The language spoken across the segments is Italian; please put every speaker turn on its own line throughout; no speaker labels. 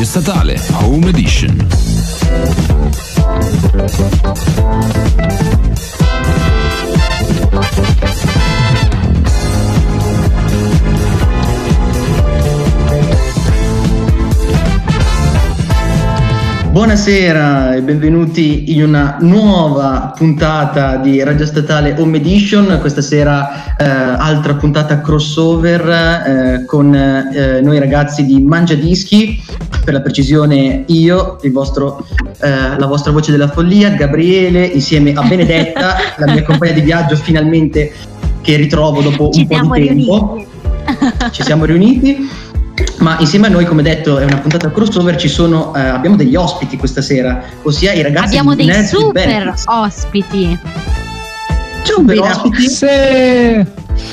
Statale Home Edition.
Buonasera e benvenuti in una nuova puntata di Radio Statale Home Edition. Questa sera altra puntata crossover con noi ragazzi di Mangiadischi, per la precisione io, la vostra voce della follia, Gabriele, insieme a Benedetta, la mia compagna di viaggio finalmente, che ritrovo dopo un po' di tempo. Ci siamo riuniti. Ma insieme a noi, come detto, è una puntata crossover, abbiamo degli ospiti questa sera, ossia i ragazzi
abbiamo
di
dei super ospiti.
Super ospiti?
Sì.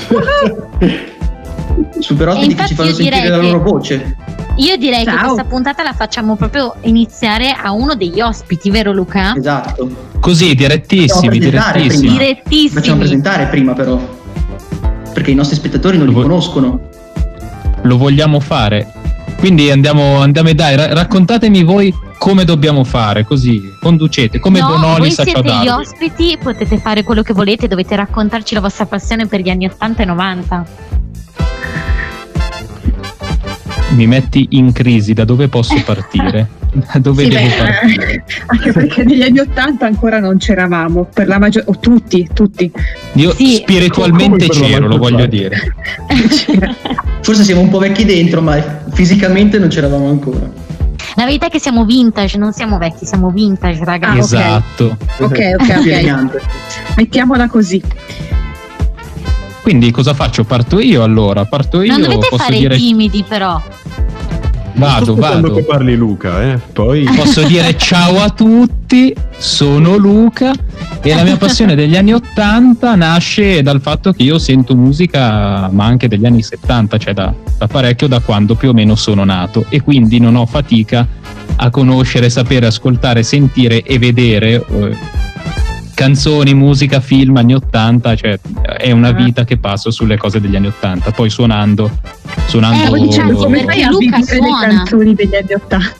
Super ospiti che ci fanno sentire la loro voce.
Io direi che questa puntata la facciamo proprio iniziare a uno degli ospiti, vero Luca?
Esatto.
Così, direttissimi.
Facciamo presentare prima però, perché i nostri spettatori non li conoscono.
Lo vogliamo fare, quindi andiamo dai, raccontatemi voi come dobbiamo fare, così conducete come Bonolis a Ciao Darwin.
Voi siete gli ospiti, potete fare quello che volete, dovete raccontarci la vostra passione per gli anni 80 e 90.
Mi metti in crisi, da dove posso partire? Da dove devo partire?
Anche perché negli anni 80 ancora non c'eravamo, per la tutti.
Io spiritualmente c'ero, lo voglio dire.
Forse siamo un po' vecchi dentro, ma fisicamente non c'eravamo ancora.
La verità è che siamo vintage, non siamo vecchi, siamo vintage, ragazzi.
Esatto.
Ok. Mettiamola così.
Quindi cosa faccio? Parto io allora?
Non dovete fare i timidi però.
Vado.
Quando che parli Luca, poi
posso dire ciao a tutti, sono Luca e la mia passione degli anni 80 nasce dal fatto che io sento musica, ma anche degli anni 70, cioè da parecchio, da quando più o meno sono nato, e quindi non ho fatica a conoscere, sapere, ascoltare, sentire e vedere canzoni, musica, film anni 80, cioè è una vita che passo sulle cose degli anni 80, poi suonando
diciamo, come fai a
Luca
vivere le canzoni degli anni 80?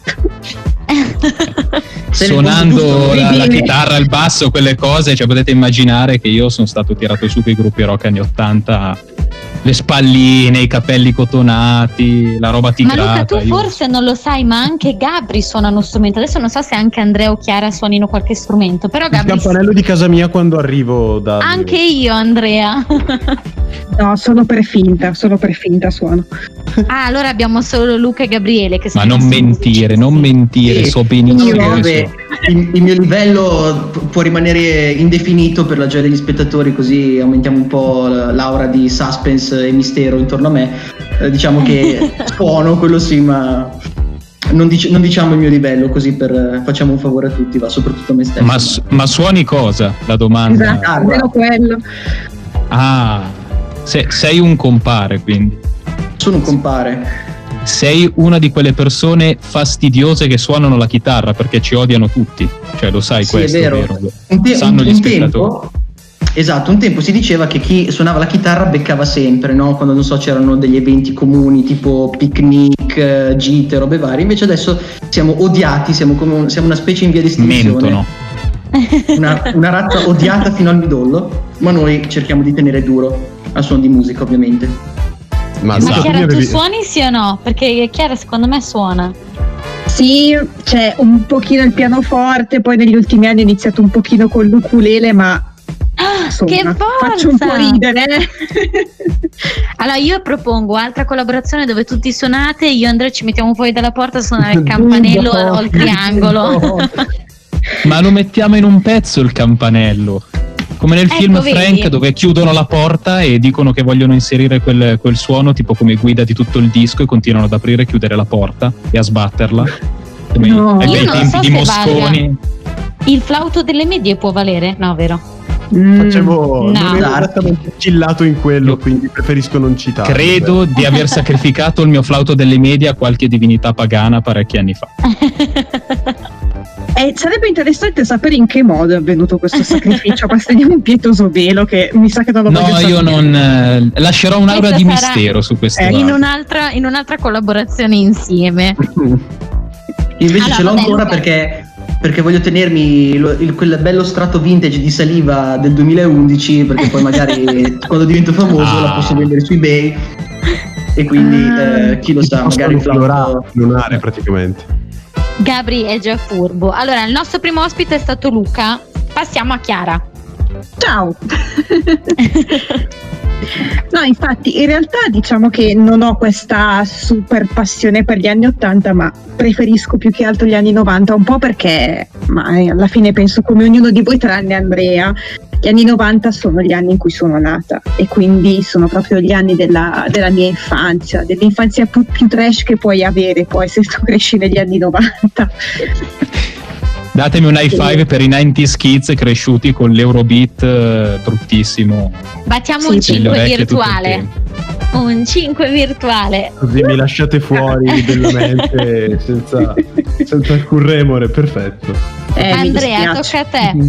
Suonando la chitarra, il basso, quelle cose, cioè potete immaginare che io sono stato tirato su con i gruppi rock anni 80, le spalline, i capelli cotonati, la roba tigrata.
Ma Luca, tu forse non lo sai, ma anche Gabri suona uno strumento. Adesso non so se anche Andrea o Chiara suonino qualche strumento, però Gabri...
Il campanello di casa mia quando arrivo da...
Anche io, Andrea.
No, solo per finta suono.
Allora abbiamo solo Luca e Gabriele che
ma non mentire, so benissimo.
Il mio livello può rimanere indefinito per la gioia degli spettatori, così aumentiamo un po' l'aura di suspense e mistero intorno a me. Diciamo che suono, quello sì, ma non diciamo il mio livello, così facciamo un favore a tutti, va, soprattutto a me stesso.
Ma suoni cosa? La domanda.
Esatto, almeno quello.
Sei un compare, quindi.
Sono un compare.
Sei una di quelle persone fastidiose che suonano la chitarra perché ci odiano tutti, cioè lo sai, sì, questo è vero. Sanno gli spettatori.
Esatto, un tempo si diceva che chi suonava la chitarra beccava sempre, no? Quando non so c'erano degli eventi comuni tipo picnic, gite, robe varie. Invece adesso siamo odiati, siamo una specie in via di estinzione.
Mentono.
Una razza odiata fino al midollo, ma noi cerchiamo di tenere duro al suono di musica, ovviamente.
Ma Chiara, tu suoni sì o no? Perché Chiara secondo me suona.
Sì, c'è un pochino il pianoforte, poi negli ultimi anni ho iniziato un pochino con l'ukulele, ma insomma,
che forza!
Faccio un po' ridere.
Allora io propongo altra collaborazione dove tutti suonate, io e Andrea ci mettiamo fuori dalla porta a suonare il campanello o il triangolo.
Ma lo mettiamo in un pezzo il campanello, come nel film
vedi?
Frank, dove chiudono la porta e dicono che vogliono inserire quel suono tipo come guida di tutto il disco, e continuano ad aprire e chiudere la porta e a sbatterla come ai bei tempi di Mosconi.
Valga. Il flauto delle medie può valere? No, vero?
Non ero esattamente cillato in quello, quindi preferisco non citarlo.
Credo di aver sacrificato il mio flauto delle medie a qualche divinità pagana parecchi anni fa.
Sarebbe interessante sapere in che modo è avvenuto questo sacrificio, ma stendiamo un pietoso velo che mi sa che non lo voglio sapere.
Io non lascerò un'aura di mistero su questo.
In un'altra collaborazione insieme.
Invece ce l'ho ancora perché voglio tenermi quel bello strato vintage di saliva del 2011, perché poi magari quando divento famoso la posso vendere su eBay, e quindi chi lo sa, magari
lunare praticamente.
Gabri è già furbo. Allora, il nostro primo ospite è stato Luca. Passiamo a Chiara.
Ciao. No, infatti in realtà diciamo che non ho questa super passione per gli anni 80, ma preferisco più che altro gli anni 90, un po' perché, ma alla fine penso come ognuno di voi tranne Andrea, gli anni 90 sono gli anni in cui sono nata e quindi sono proprio gli anni della mia infanzia, dell'infanzia più trash che puoi avere poi se tu cresci negli anni 90.
Datemi un high five per i 90s kids cresciuti con l'Eurobeat bruttissimo.
Battiamo un 5 virtuale. Un 5 virtuale.
Così mi lasciate fuori della mente senza alcun remore, perfetto.
Andrea, tocca a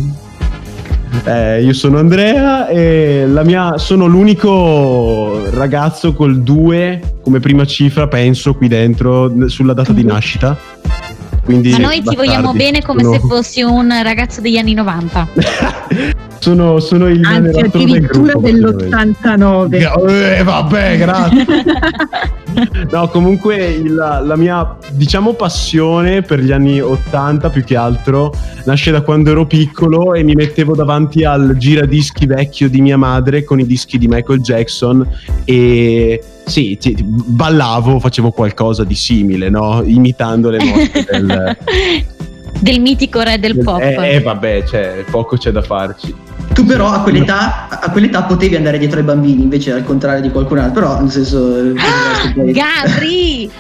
te.
Io sono Andrea e sono l'unico ragazzo col 2 come prima cifra, penso, qui dentro sulla data di nascita. Quindi
ma noi ti vogliamo bene come se fossi un ragazzo degli anni 90.
sono il
anzi addirittura dell'89.
Vabbè, grazie. No, comunque la mia, diciamo, passione per gli anni 80 più che altro nasce da quando ero piccolo e mi mettevo davanti al giradischi vecchio di mia madre con i dischi di Michael Jackson e sì, ballavo, facevo qualcosa di simile, no? Imitando le mosse
del mitico re del pop.
Vabbè, poco c'è da farci.
Tu però a quell'età potevi andare dietro ai bambini, invece al contrario di qualcun altro, però nel senso
Gabri!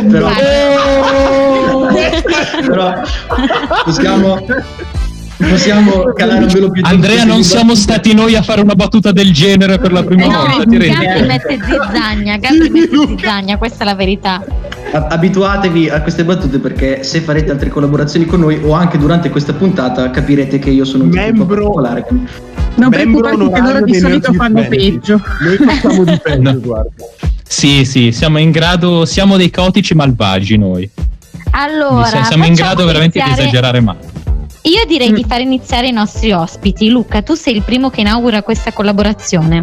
Però possiamo calare un velo più.
Andrea, non siamo stati noi a fare una battuta del genere per la prima volta.
Gabri mette zizzagna, questa è la verità.
Abituatevi a queste battute, perché se farete altre collaborazioni con noi o anche durante questa puntata capirete che io sono un
membro
particolare.
Non preoccuparti che loro di solito fanno peggio.
Noi facciamo di peggio, guarda.
Sì, siamo in grado, siamo dei caotici malvagi noi.
Allora,
siamo in grado veramente di esagerare male.
Io direi di far iniziare i nostri ospiti. Luca, tu sei il primo che inaugura questa collaborazione.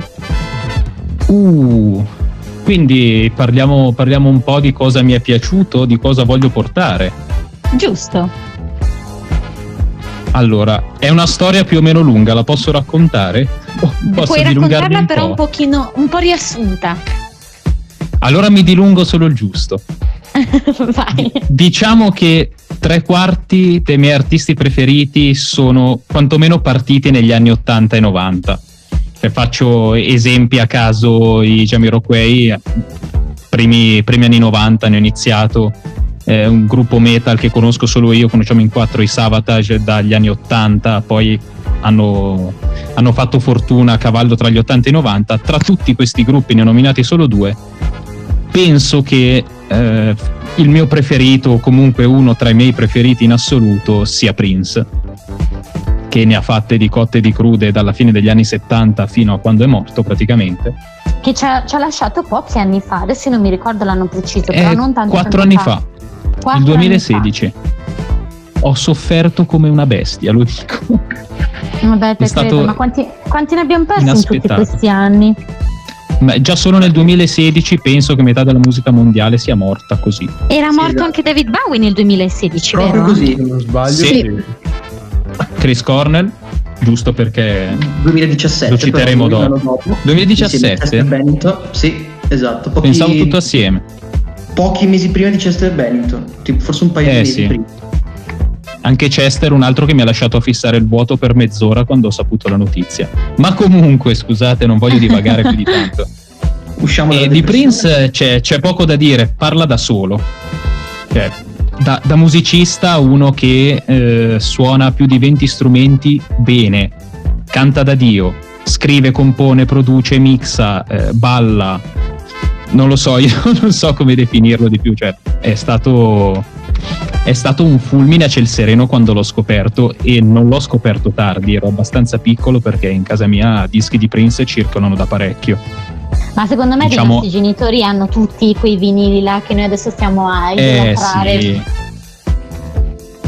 Quindi parliamo un po' di cosa mi è piaciuto, di cosa voglio portare.
Giusto.
Allora, è una storia più o meno lunga, la posso raccontare? Posso
Puoi raccontarla però un po' riassunta.
Allora mi dilungo solo il giusto.
Vai.
Diciamo che 3/4 dei miei artisti preferiti sono quantomeno partiti negli anni 80 e 90. Faccio esempi a caso: i Jamiroquai, primi anni 90 ne ho iniziato, un gruppo metal che conosco solo io, conosciamo in 4, i Savatage, dagli anni 80, poi hanno fatto fortuna a cavallo tra gli 80 e i 90. Tra tutti questi gruppi ne ho nominati solo 2. Penso che il mio preferito, o comunque uno tra i miei preferiti in assoluto, sia Prince, che ne ha fatte di cotte e di crude dalla fine degli anni 70 fino a quando è morto praticamente.
Che ci ha lasciato pochi anni fa, adesso non mi ricordo l'anno preciso, però non tanto
4 anni fa. Il 2016. Ho sofferto come una bestia, lo dico.
Vabbè, te credo, ma quanti ne abbiamo persi in tutti questi anni?
Ma già solo nel 2016 penso che metà della musica mondiale sia morta così.
Era morto anche David Bowie nel 2016,
proprio
vero?
Così,
se non sbaglio.
Sì. Chris Cornell, giusto perché
2017
lo citeremo dopo. 2017?
Bennington, sì, esatto.
Pensavo tutto assieme.
Pochi mesi prima di Chester Bennington, tipo forse un paio di mesi prima.
Anche Chester, un altro che mi ha lasciato fissare il vuoto per mezz'ora quando ho saputo la notizia. Ma comunque, scusate, non voglio divagare più di tanto.
Usciamo
di Prince c'è poco da dire, parla da solo. Cioè, da musicista, uno che suona più di 20 strumenti bene, canta da Dio, scrive, compone, produce, mixa, balla. Non lo so, io non so come definirlo di più. Cioè, è stato un fulmine a ciel sereno quando l'ho scoperto, e non l'ho scoperto tardi, ero abbastanza piccolo perché in casa mia dischi di Prince circolano da parecchio.
Ma secondo me i nostri genitori hanno tutti quei vinili là che noi adesso stiamo a idolatrare.
Sì.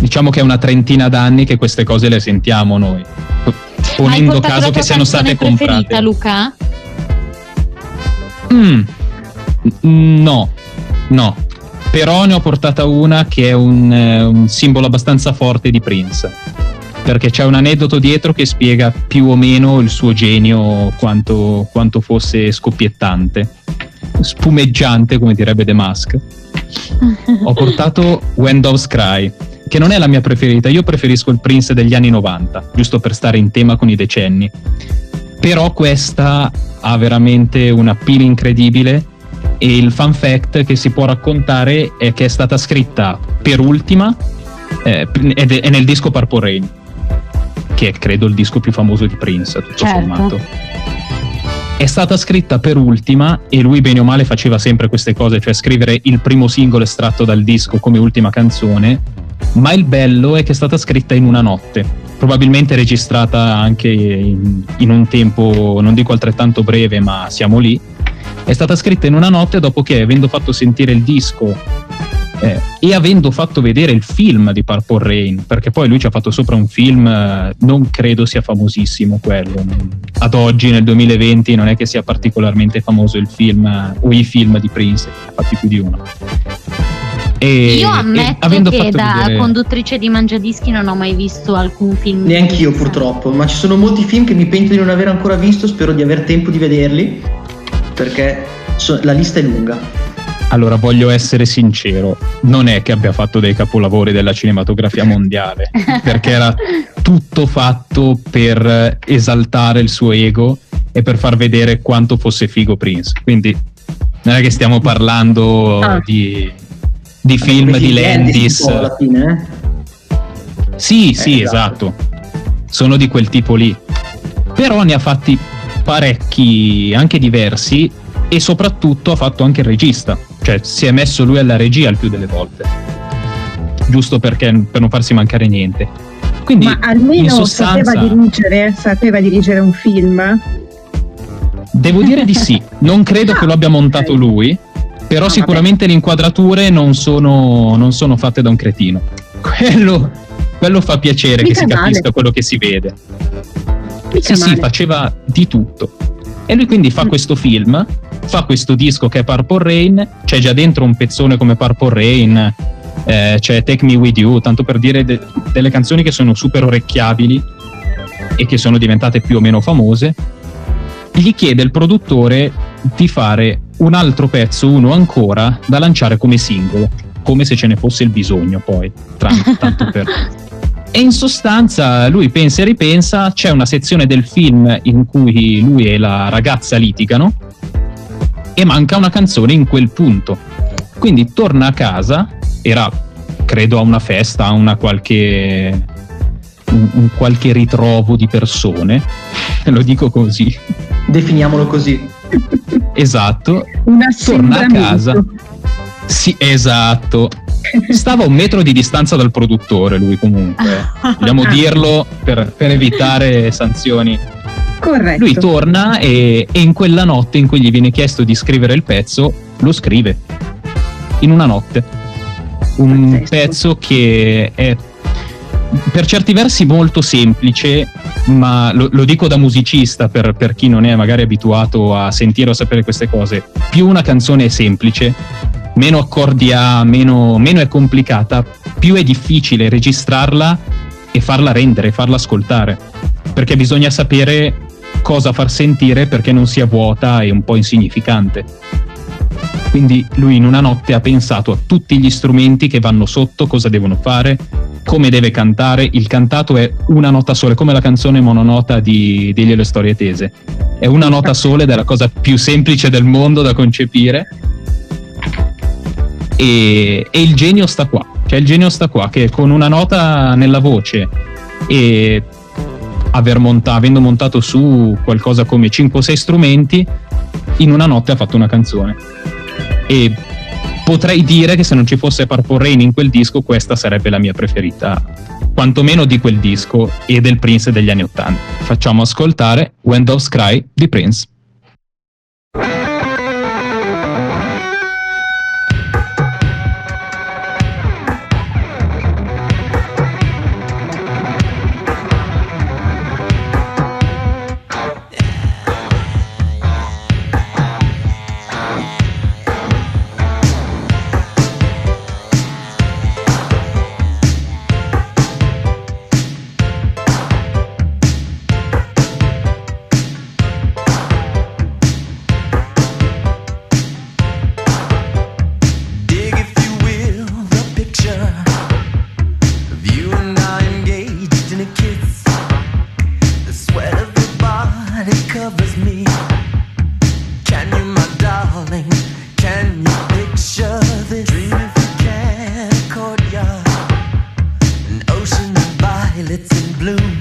diciamo che è una trentina d'anni che queste cose le sentiamo noi, ponendo caso che siano state comprate.
Luca?
No, però ne ho portata una che è un simbolo abbastanza forte di Prince, perché c'è un aneddoto dietro che spiega più o meno il suo genio, quanto fosse scoppiettante, spumeggiante, come direbbe The Mask. Ho portato When Doves Cry, che non è la mia preferita. Io preferisco il Prince degli anni 90, giusto per stare in tema con i decenni, però questa ha veramente un appeal incredibile. E il fun fact che si può raccontare è che è stata scritta per ultima ed è nel disco Purple Rain, che è credo il disco più famoso di Prince, tutto sommato. È stata scritta per ultima e lui bene o male faceva sempre queste cose, cioè scrivere il primo singolo estratto dal disco come ultima canzone, ma il bello è che è stata scritta in una notte, probabilmente registrata anche in un tempo, non dico altrettanto breve, ma siamo lì. È stata scritta in una notte dopo che, avendo fatto sentire il disco e avendo fatto vedere il film di Purple Rain, perché poi lui ci ha fatto sopra un film, non credo sia famosissimo quello, ad oggi nel 2020 non è che sia particolarmente famoso il film o i film di Prince, infatti più di uno.
Io ammetto che da conduttrice di Mangiadischi non ho mai visto alcun film.
Neanch'io purtroppo, ma ci sono molti film che mi pento di non aver ancora visto, spero di aver tempo di vederli, perché la lista è lunga.
Allora, voglio essere sincero, non è che abbia fatto dei capolavori della cinematografia mondiale, perché era tutto fatto per esaltare il suo ego e per far vedere quanto fosse figo Prince. Quindi non è che stiamo parlando di film di Landis.
Alla fine,
Sì, esatto. Sono di quel tipo lì. Però ne ha fatti parecchi, anche diversi, e soprattutto ha fatto anche il regista, cioè si è messo lui alla regia il più delle volte, giusto per non farsi mancare niente. Quindi,
ma almeno
in sostanza,
sapeva dirigere un film?
Devo dire di sì, non credo che lo abbia montato lui, però sicuramente le inquadrature non sono fatte da un cretino. Quello fa piacere, che si capisca quello che si vede. Sì, faceva di tutto. E lui quindi fa questo film, fa questo disco che è Purple Rain, c'è già dentro un pezzone come Purple Rain, c'è Take Me With You, tanto per dire delle canzoni che sono super orecchiabili e che sono diventate più o meno famose. Gli chiede il produttore di fare un altro pezzo, uno ancora, da lanciare come singolo, come se ce ne fosse il bisogno poi, tanto per... E in sostanza lui pensa e ripensa, c'è una sezione del film in cui lui e la ragazza litigano e manca una canzone in quel punto. Quindi torna a casa, era credo a una festa, a un qualche ritrovo di persone, lo dico così.
Definiamolo così.
Esatto. Torna a casa. Sì, esatto. Stava a 1 metro di distanza dal produttore lui, comunque vogliamo dirlo per evitare sanzioni.
Corretto.
Lui torna e in quella notte in cui gli viene chiesto di scrivere il pezzo, lo scrive in una notte. Un pezzo che è per certi versi molto semplice, ma lo dico da musicista per chi non è magari abituato a sentire o a sapere queste cose. Più una canzone è semplice, meno accordi ha, meno è complicata, più è difficile registrarla e farla rendere, farla ascoltare, perché bisogna sapere cosa far sentire perché non sia vuota e un po' insignificante. Quindi lui in una notte ha pensato a tutti gli strumenti che vanno sotto, cosa devono fare, come deve cantare. Il cantato è una nota sola, come la canzone mononota di Le Storie Tese, è una nota sola ed è la cosa più semplice del mondo da concepire. E il genio sta qua, cioè il genio sta qua, che con una nota nella voce e avendo montato su qualcosa come 5 o 6 strumenti, in una notte ha fatto una canzone. E potrei dire che se non ci fosse Purple Rain in quel disco, questa sarebbe la mia preferita, quantomeno di quel disco e del Prince degli anni 80. Facciamo ascoltare When Doves Cry di Prince.
bloom.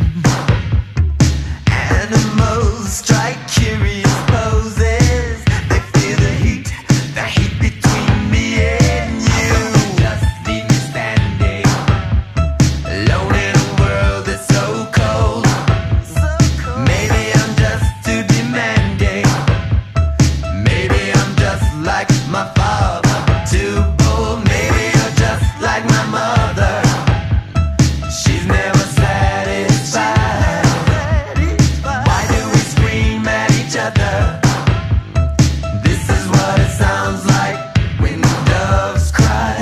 Animals strike curious poses. They feel the heat between me and you. Just leave me standing alone in a world that's so cold. Maybe I'm just too demanding. Maybe I'm just like my father, too bold. Maybe you're just like my mother. She's never satisfied. Why do we scream at each other? This is what it sounds like when doves cry.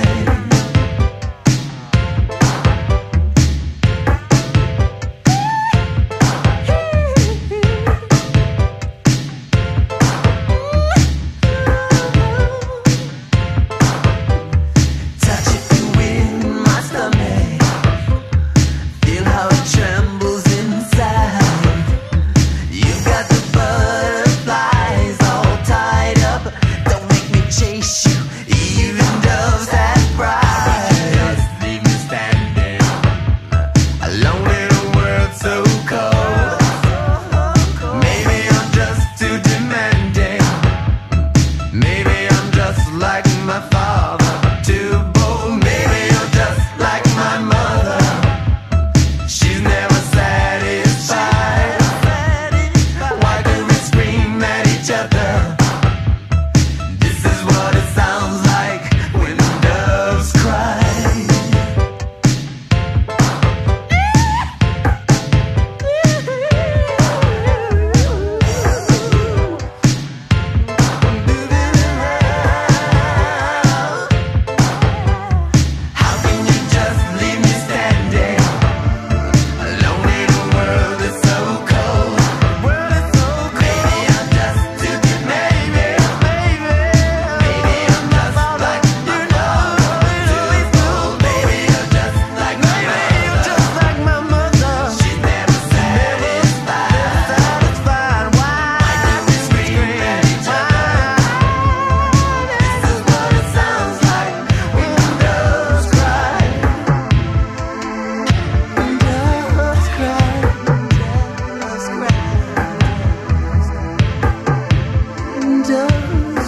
Touch it and win my stomach. Feel how it trembles inside. You've got the butterflies all tied up. Don't make me chase you, even doves have pride. Just leave me standing alone in a world so cold. Maybe I'm just too demanding. Maybe I'm just like my father, too bold. Maybe you're just like my mother. She's never satisfied. Why do we scream at each other? This is what it sounds like when doves cry. How can you just leave me standing alone in a world that's so cold? Maybe I'm just too demanding. Maybe I'm just like my father, too bold. Maybe you're just like my mother. She's never satisfied. Why do we scream at each other? This is what it sounds like when doves cry. When doves cry. Doves cry. Doves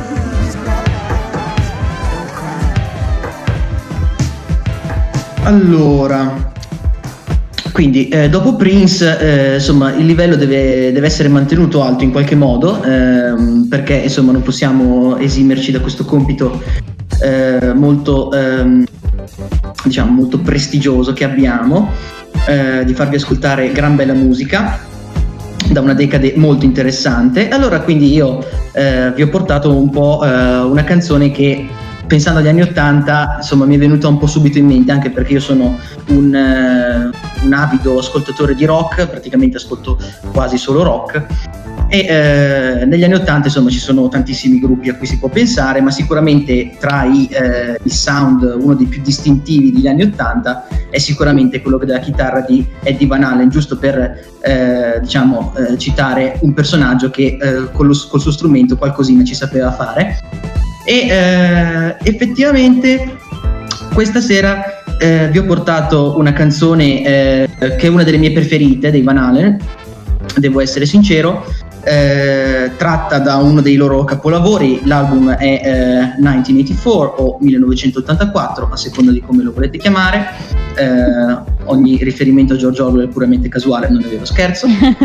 cry.
Allora, quindi dopo Prince, insomma, il livello deve essere mantenuto alto in qualche modo, perché insomma non possiamo esimerci da questo compito molto, diciamo, molto prestigioso che abbiamo, di farvi ascoltare gran bella musica da una decade molto interessante. Allora, quindi io vi ho portato un po' una canzone che, pensando agli anni '80, insomma, mi è venuta un po' subito in mente, anche perché io sono un avido ascoltatore di rock, praticamente ascolto quasi solo rock, e negli anni '80 insomma ci sono tantissimi gruppi a cui si può pensare, ma sicuramente tra il sound, uno dei più distintivi degli anni '80 è sicuramente quello della chitarra di Eddie Van Halen, giusto per citare un personaggio che col suo strumento qualcosina ci sapeva fare. E effettivamente questa sera vi ho portato una canzone che è una delle mie preferite dei Van Halen, devo essere sincero, tratta da uno dei loro capolavori. L'album è 1984 o 1984, a seconda di come lo volete chiamare. Ogni riferimento a George Orwell è puramente casuale, non è vero, scherzo.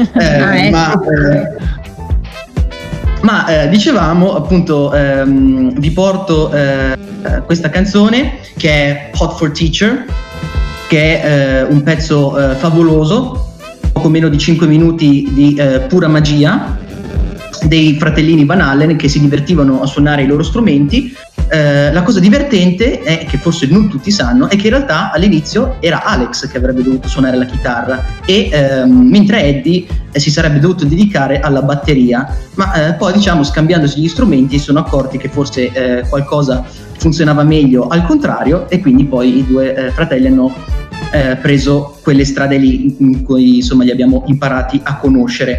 Ma dicevamo appunto, vi porto questa canzone che è Hot for Teacher, che è un pezzo favoloso, poco meno di 5 minuti di pura magia dei fratellini Van Halen che si divertivano a suonare i loro strumenti. La cosa divertente è che forse non tutti sanno è che in realtà all'inizio era Alex che avrebbe dovuto suonare la chitarra e mentre Eddie si sarebbe dovuto dedicare alla batteria, ma poi diciamo scambiandosi gli strumenti si sono accorti che forse qualcosa funzionava meglio al contrario, e quindi poi i due fratelli hanno preso quelle strade lì in cui insomma li abbiamo imparati a conoscere.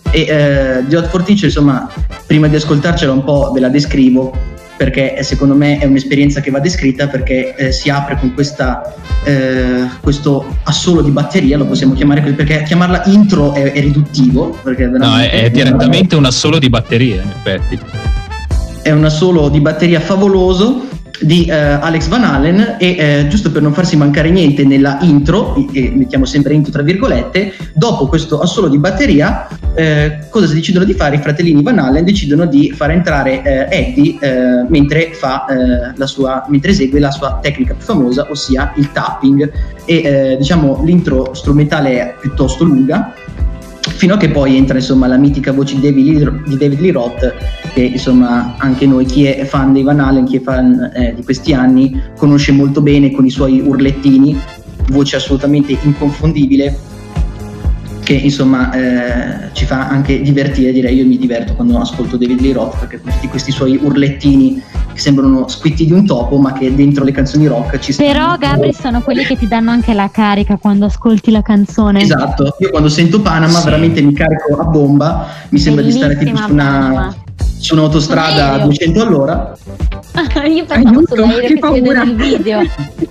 E The Hot for Teacher, insomma, prima di ascoltarcela un po' ve la descrivo, perché secondo me è un'esperienza che va descritta, perché si apre con questo assolo di batteria, lo possiamo chiamare così, perché chiamarla intro è riduttivo, perché
No, è direttamente un assolo di batteria, in effetti.
È un assolo di batteria favoloso di Alex Van Halen, e giusto per non farsi mancare niente nella intro, e mettiamo sempre intro tra virgolette, dopo questo assolo di batteria cosa si decidono di fare? I fratellini Van Halen decidono di far entrare Eddie mentre esegue la sua tecnica più famosa, ossia il tapping, e diciamo l'intro strumentale è piuttosto lunga, fino a che poi entra insomma la mitica voce di David Lee Roth, che insomma anche noi, chi è fan dei Van Halen, chi è fan di questi anni, conosce molto bene, con i suoi urlettini, voce assolutamente inconfondibile, che insomma ci fa anche divertire. Direi, io mi diverto quando ascolto David Lee Roth, perché tutti questi suoi urlettini che sembrano squitti di un topo, ma che dentro le canzoni rock ci stanno.
Però Gabri, sono quelli che ti danno anche la carica quando ascolti la canzone.
Esatto, io quando sento Panama veramente mi carico a bomba, mi sembra di stare tipo su un'autostrada a 200 all'ora.
Io pensavo sull'aereo che si vede nel video.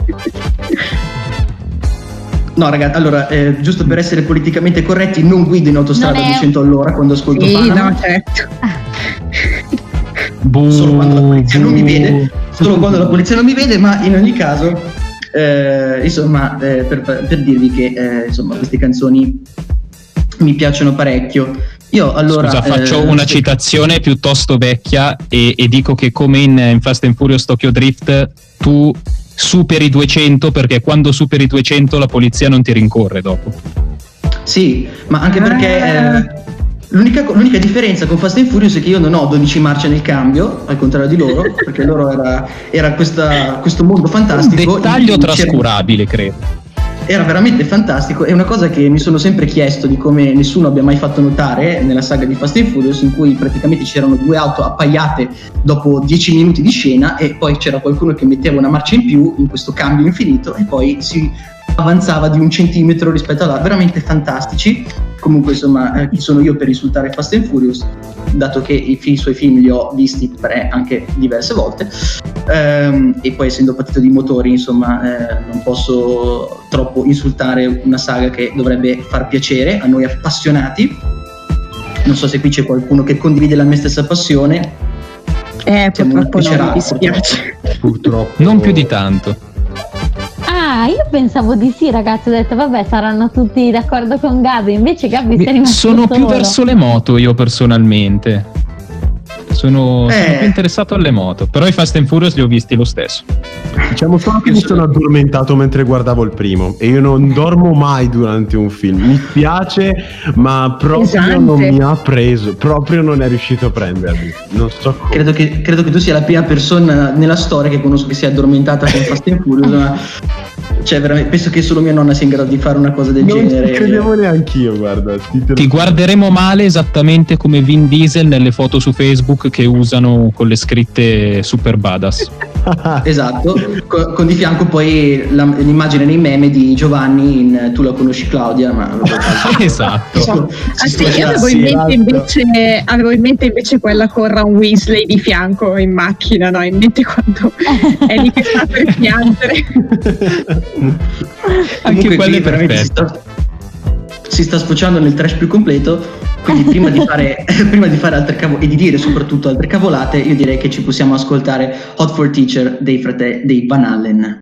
No ragazzi, allora giusto per essere politicamente corretti, non guido in autostrada a 200 all'ora quando ascolto Panama.
No, certo.
Solo quando la polizia non mi vede, ma in ogni caso insomma per dirvi che insomma queste canzoni mi piacciono parecchio. Io allora
scusa, faccio una citazione piuttosto vecchia e dico che come in Fast and Furious Tokyo Drift tu superi 200, perché quando superi 200 la polizia non ti rincorre dopo. Sì,
ma anche perché l'unica differenza con Fast and Furious è che io non ho 12 marce nel cambio, al contrario di loro, perché loro era questo mondo fantastico.
Un dettaglio trascurabile, credo.
Era veramente fantastico, è una cosa che mi sono sempre chiesto, di come nessuno abbia mai fatto notare nella saga di Fast and Furious, in cui praticamente c'erano due auto appaiate dopo 10 minuti di scena, e poi c'era qualcuno che metteva una marcia in più in questo cambio infinito e poi si avanzava di 1 centimetro rispetto all'altro. Veramente fantastici. Comunque insomma, chi sono io per insultare Fast and Furious, dato che i suoi film li ho visti anche diverse volte, e poi essendo partito di motori insomma non posso troppo insultare una saga che dovrebbe far piacere a noi appassionati. Non so se qui c'è qualcuno che condivide la mia stessa passione.
Purtroppo no, mi dispiace.
Purtroppo
non più di tanto.
Ah, io pensavo di sì, ragazzi. Ho detto vabbè, saranno tutti d'accordo con Gabri. Invece Gabri si è rimasto
sono
solo.
Più verso le moto io personalmente. Sono più interessato alle moto, però i Fast and Furious li ho visti lo stesso.
Diciamo solo che mi sono addormentato mentre guardavo il primo, e io non dormo mai durante un film. Mi piace, ma proprio non mi ha preso, proprio non è riuscito a prendermi. Non so come.
Credo che tu sia la prima persona nella storia che conosco che si è addormentata con Fast and Furious, ma cioè veramente penso che solo mia nonna sia in grado di fare una cosa del genere.
Non credevo neanch'io, guarda.
Ti guarderemo male esattamente come Vin Diesel nelle foto su Facebook che usano con le scritte super badass.
Esatto, con di fianco poi l'immagine nei meme di Giovanni in Tu la conosci Claudia, ma
esatto.
Io avevo in mente invece quella con Ron Weasley di fianco in macchina, no? In mente quando è lì che sta per piangere.
Anche quello veramente
si sta sfociando nel trash più completo. Quindi prima di fare altre cavolate e di dire soprattutto altre cavolate, io direi che ci possiamo ascoltare Hot for Teacher dei Van Halen.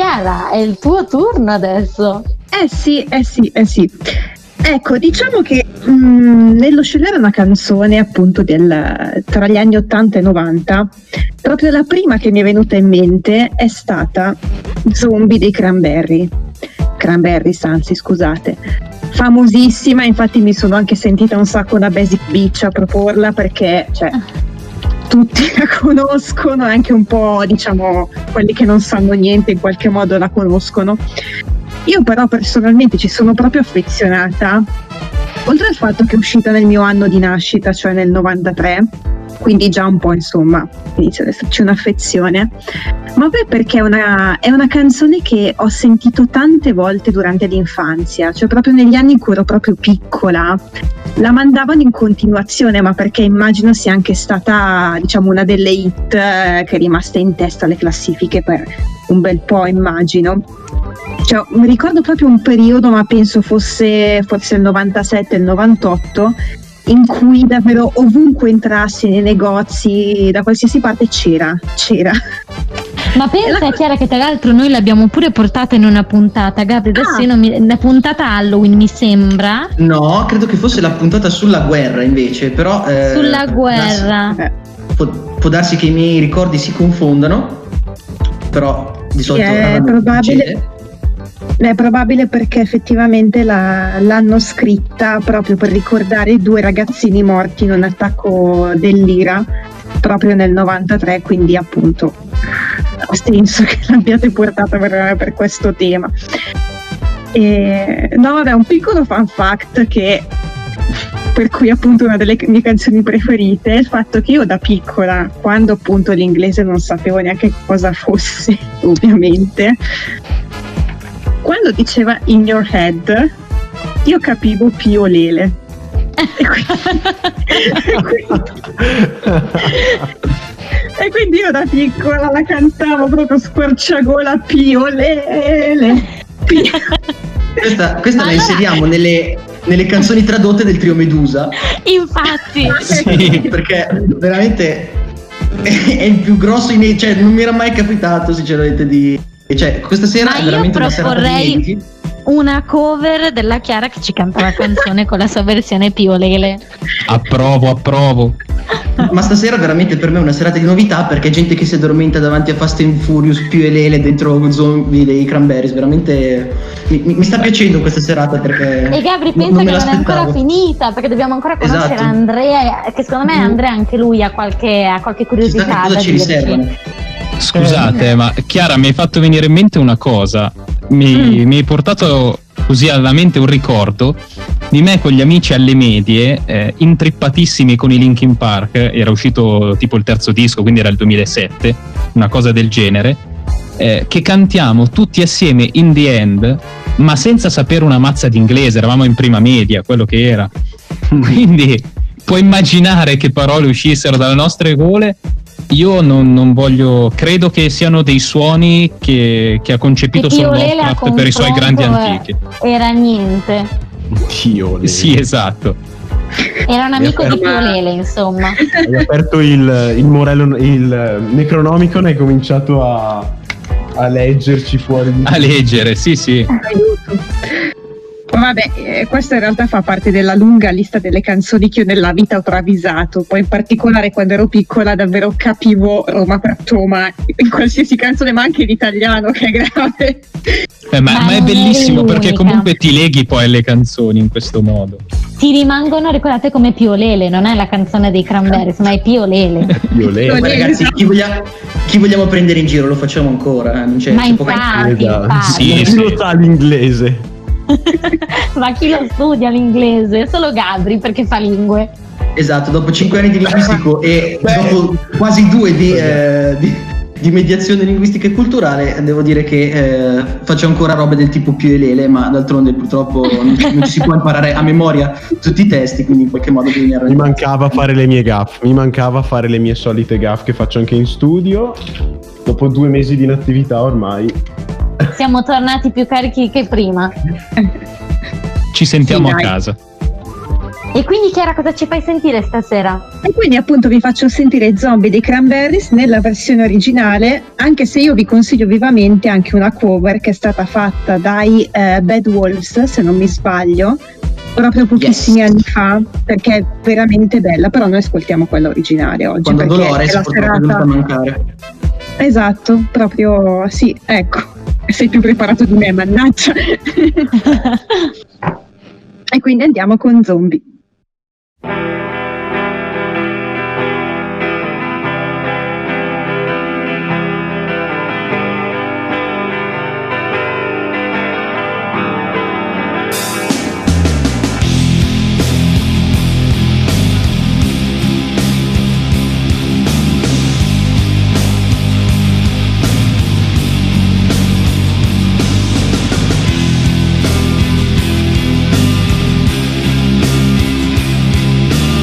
Chiara, è il tuo turno adesso.
Sì. Ecco, diciamo che nello scegliere una canzone appunto tra gli anni 80 e 90, proprio la prima che mi è venuta in mente è stata Zombie dei Cranberries, anzi scusate, famosissima, infatti mi sono anche sentita un sacco una Basic Beach a proporla perché tutti la conoscono, anche un po' diciamo quelli che non sanno niente in qualche modo la conoscono. Io però personalmente ci sono proprio affezionata, oltre al fatto che è uscita nel mio anno di nascita, cioè nel 93, quindi già un po' insomma inizia ad esserci un'affezione, ma poi perché è una canzone che ho sentito tante volte durante l'infanzia, cioè proprio negli anni in cui ero proprio piccola la mandavano in continuazione, ma perché immagino sia anche stata diciamo una delle hit che è rimasta in testa alle classifiche per un bel po', immagino. Cioè, mi ricordo proprio un periodo, ma penso fosse forse il 97, il 98, in cui davvero ovunque entrassi nei negozi, da qualsiasi parte c'era.
Ma pensa Chiara che tra l'altro noi l'abbiamo pure portata in una puntata, Gabri, adesso una puntata Halloween mi sembra.
No, credo che fosse la puntata sulla guerra invece, però
sulla guerra.
Può darsi che i miei ricordi si confondano, però di solito
è probabile perché effettivamente l'hanno scritta proprio per ricordare i 2 ragazzini morti in un attacco dell'IRA proprio nel 93, quindi appunto ha senso che l'abbiate portata per questo tema. No, vabbè, un piccolo fun fact per cui appunto una delle mie canzoni preferite è il fatto che io da piccola, quando appunto l'inglese non sapevo neanche cosa fosse, ovviamente, quando diceva in your head io capivo Pio Lele e quindi io da piccola la cantavo proprio squarciagola Pio Lele.
Questa la inseriamo nelle canzoni tradotte del trio Medusa,
infatti.
Sì, perché veramente è il più grosso cioè non mi era mai capitato sinceramente cioè questa sera è veramente una serata di inediti.
Una cover della Chiara che ci canta la canzone con la sua versione Pio Lele.
Approvo.
Ma stasera veramente per me è una serata di novità, perché gente che si addormenta davanti a Fast and Furious, Pio e Lele dentro Zombie dei Cranberries, veramente mi sta piacendo questa serata, perché
e Gabri pensa che non è ancora finita, perché dobbiamo ancora conoscere Andrea, che secondo me Andrea anche lui ha qualche curiosità
cosa
da
ci riservano.
Scusate, ma Chiara, mi hai fatto venire in mente una cosa. Mi hai portato così alla mente un ricordo di me con gli amici alle medie, intrippatissimi con i Linkin Park. Era uscito tipo il terzo disco, quindi era il 2007, una cosa del genere, che cantiamo tutti assieme In the End, ma senza sapere una mazza di inglese. Eravamo in prima media, quello che era. Quindi puoi immaginare che parole uscissero dalle nostre gole. Io non voglio, credo che siano dei suoni che ha concepito solo Lovecraft per i suoi grandi antichi.
Era niente.
Pio Lele.
Sì, esatto.
Era un amico di Pio Lele, insomma.
Hai aperto il Necronomicon e hai cominciato a leggerci fuori di...
A leggere, sì.
Aiuto. Vabbè, questa in realtà fa parte della lunga lista delle canzoni che io nella vita ho travisato. Poi in particolare quando ero piccola davvero capivo Roma per Toma in qualsiasi canzone, ma anche in italiano, che è grave.
Ma è bellissimo perché comunque ti leghi poi alle canzoni in questo modo.
Ti rimangono ricordate come Pio Lele, non è la canzone dei Cranberries, ma è Pio Lele.
Pio Lele.
Ma ragazzi, chi vogliamo prendere in giro lo facciamo ancora, non c'è.
Ma infatti.
Sì,
Chi lo sa l'inglese?
Ma chi lo studia l'inglese? Solo Gabri, perché fa lingue.
Esatto, dopo 5 anni di linguistico e dopo quasi 2 di mediazione linguistica e culturale, devo dire che faccio ancora robe del tipo Pio e Lele, ma d'altronde purtroppo non ci si può imparare a memoria tutti i testi, quindi in qualche modo bisogna
Mi mancava fare le mie gaffe, mi mancava fare le mie solite gaffe che faccio anche in studio. Dopo 2 mesi di inattività ormai
siamo tornati più carichi che prima.
Ci sentiamo
Sì,
a
dai.
casa.
E quindi Chiara, cosa ci fai sentire stasera?
E quindi appunto vi faccio sentire Zombie dei Cranberries nella versione originale, anche se io vi consiglio vivamente anche una cover che è stata fatta dai Bad Wolves, se non mi sbaglio, proprio pochissimi anni fa, perché è veramente bella. Però noi ascoltiamo quella originale oggi.
Quando
perché
Dolores
è la
purtroppo è venuta a mancare.
Esatto, proprio sì, ecco, sei più preparato di me, mannaggia. E quindi andiamo con Zombie.
Thank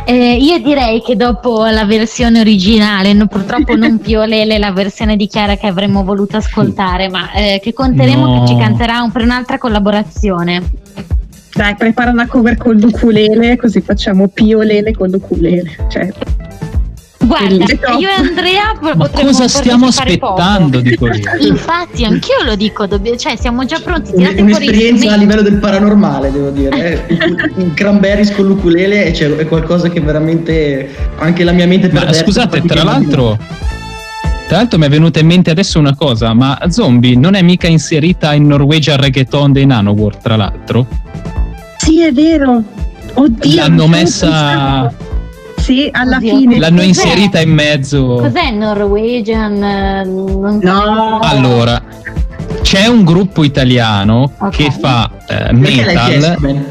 Io direi che dopo la versione originale, purtroppo non Piolele, la versione di Chiara che avremmo voluto ascoltare, ma che conteremo che ci canterà per un'altra collaborazione.
Dai, prepara una cover con l'ukulele, così facciamo Piolele con l'ukulele. Cioè,
guarda,
bellissimo.
io e Andrea
Ma cosa stiamo aspettando, dico io?
Infatti, anch'io lo dico, cioè siamo già pronti. Tirate fuori
Un'esperienza a
strumenti.
livello del paranormale, devo dire. Il Cranberries con l'ukulele è qualcosa che veramente anche la mia mente
Ma
perversa
scusate,
fatica
tra
a
l'altro mi è venuta in mente adesso una cosa, ma Zombie non è mica inserita in Norwegian Reggaeton dei Nanowar, tra l'altro?
Sì, è vero. Oddio.
L'hanno
mi
messa...
stavo pensando. Sì, alla
Oddio.
fine.
L'hanno
Cos'è?
inserita in mezzo.
Cos'è Norwegian?
No.
Allora, c'è un gruppo italiano
Ok.
che fa
Perché lei
metal,
chiesto, man?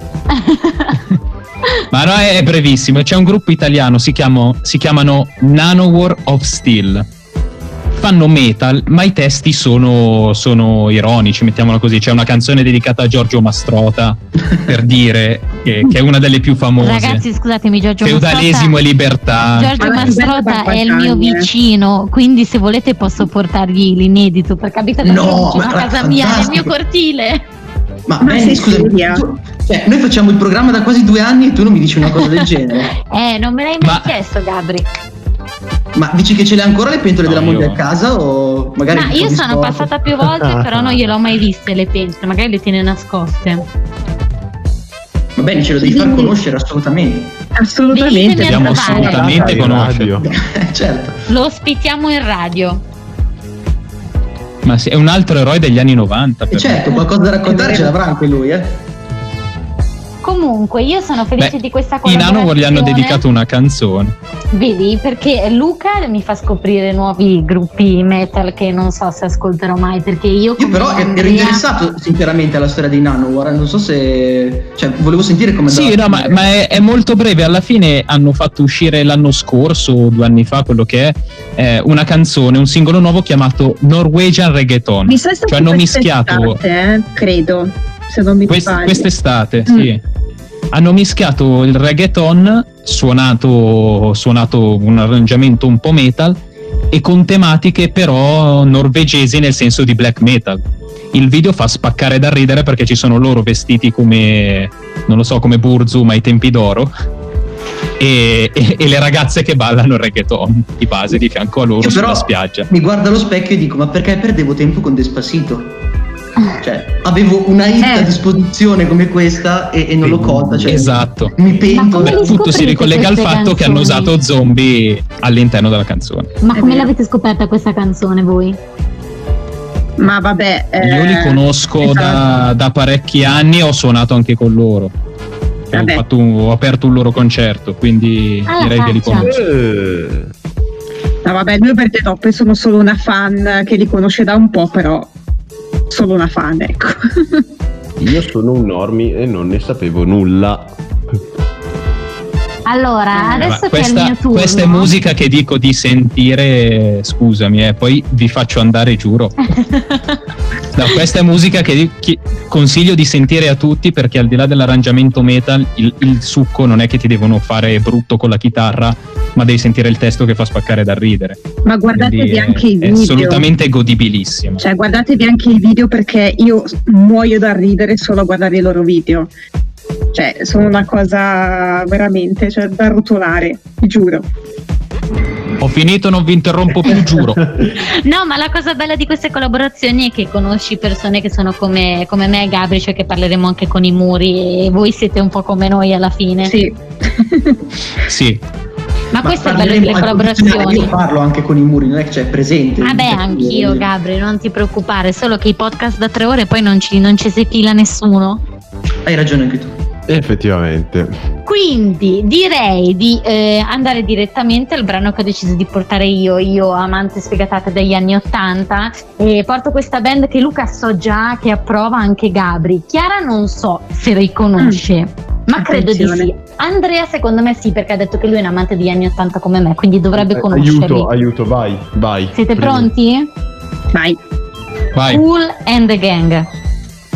ma no, è brevissimo. C'è un gruppo italiano, si chiamano Nanowar of Steel. Fanno metal, ma i testi sono ironici, mettiamola così. C'è una canzone dedicata a Giorgio Mastrota, per dire che è una delle più famose.
Ragazzi, scusatemi, Giorgio
Feudalesimo e libertà.
Giorgio
Ma
Mastrota è il mio vicino, quindi se volete posso portargli l'inedito, perché abita
No,
proprio vicino
ma
a casa mia, nel mio
fantastico.
cortile.
Ma
Ma sei
scusami,
seria?
cioè, noi facciamo il programma da quasi 2 anni e tu non mi dici una cosa del genere.
Non me l'hai mai
Ma-
chiesto, Gabri.
Ma dici che ce le hai ancora le pentole
No,
della moglie
io-
a casa o magari
Ma
un po'
io
di
sono
scorte?
passata più volte, però non gliel'ho mai viste le pentole, magari le tiene nascoste.
Va bene, ce lo devi far conoscere assolutamente.
Assolutamente.
Venitemi a
Dobbiamo
trovare.
assolutamente
In
conoscere.
radio.
Certo.
Lo ospitiamo in radio.
Ma sì, è un altro eroe degli anni 90.
E
per
certo,
me.
qualcosa da raccontare ce l'avrà anche lui,
Comunque, io sono felice
Beh,
di questa
I
collaborazione.
Nanowar gli hanno dedicato una canzone.
Vedi, perché Luca mi fa scoprire nuovi gruppi metal che non so se ascolterò mai, perché io
Io
come
però ero
Andrea-
interessato sinceramente alla storia dei Nanowar, non so se... cioè, volevo sentire come
Sì, no, ma è molto breve. Alla fine hanno fatto uscire l'anno scorso, 2 anni fa, quello che è, una canzone, un singolo nuovo chiamato Norwegian Reggaeton.
Mi sa stato
Cioè hanno mischiato
quest'estate, credo, se non mi sbaglio.
quest'estate, sì. Hanno mischiato il reggaeton suonato un arrangiamento un po' metal e con tematiche però norvegesi nel senso di black metal. Il video fa spaccare da ridere perché ci sono loro vestiti come, non lo so, come Burzum ai tempi d'oro e le ragazze che ballano il reggaeton di base di fianco a loro
Io
sulla
però
spiaggia.
mi guardo allo specchio e dico, ma perché perdevo tempo con Despacito? Cioè, avevo una hit a disposizione come questa e non l'ho colta, cioè,
Esatto.
mi pento.
Ma come li
Tutto si
scoprite
ricollega al
queste
fatto che hanno
canzoni?
usato zombie all'interno della canzone.
Ma
È
come
vero.
l'avete scoperta questa canzone voi?
Ma vabbè.
Io li conosco
esatto.
da parecchi anni, ho suonato anche con loro. Ho,
Vabbè.
ho aperto un loro concerto, quindi
Alla
direi che li
faccia.
conosco.
No, vabbè, lui per te dopo sono solo una fan che li conosce da un po', però solo una fan, ecco.
Io sono un normie e non ne sapevo nulla.
Allora, adesso che è il mio turno.
Questa è musica che dico di sentire, scusami, poi vi faccio andare, giuro. No, questa è musica che consiglio di sentire a tutti, perché al di là dell'arrangiamento metal, il succo non è che ti devono fare brutto con la chitarra, ma devi sentire il testo che fa spaccare dal ridere.
Ma guardatevi
Quindi
anche i
è
video.
assolutamente godibilissimo.
Cioè, guardatevi anche i video perché io muoio da ridere solo a guardare i loro video. Cioè, sono una cosa veramente, cioè, da rotolare, vi giuro.
Ho finito, non vi interrompo più, giuro.
No, ma la cosa bella di queste collaborazioni è che conosci persone che sono come me e Gabri, cioè che parleremo anche con i muri, e voi siete un po' come noi alla fine.
Sì.
Sì.
Ma questo è il bello delle
Io
collaborazioni.
parlo anche con i muri, non è che c'è presente.
Vabbè,
Cioè,
anch'io, Gabri, non ti preoccupare, solo che i podcast da 3 ore poi non ci si fila nessuno.
Hai ragione anche tu.
Effettivamente.
Quindi direi di andare direttamente al brano che ho deciso di portare io amante sfegatata degli anni 80, e porto questa band che Luca so già che approva, anche Gabri. Chiara non so se riconosce, ma credo di
Attenzione.
sì. Andrea secondo me sì, perché ha detto che lui è un amante degli anni 80 come me, quindi dovrebbe conoscerli.
Aiuto, vai.
Siete
Prego.
pronti?
Vai.
Vai.
Kool and the Gang.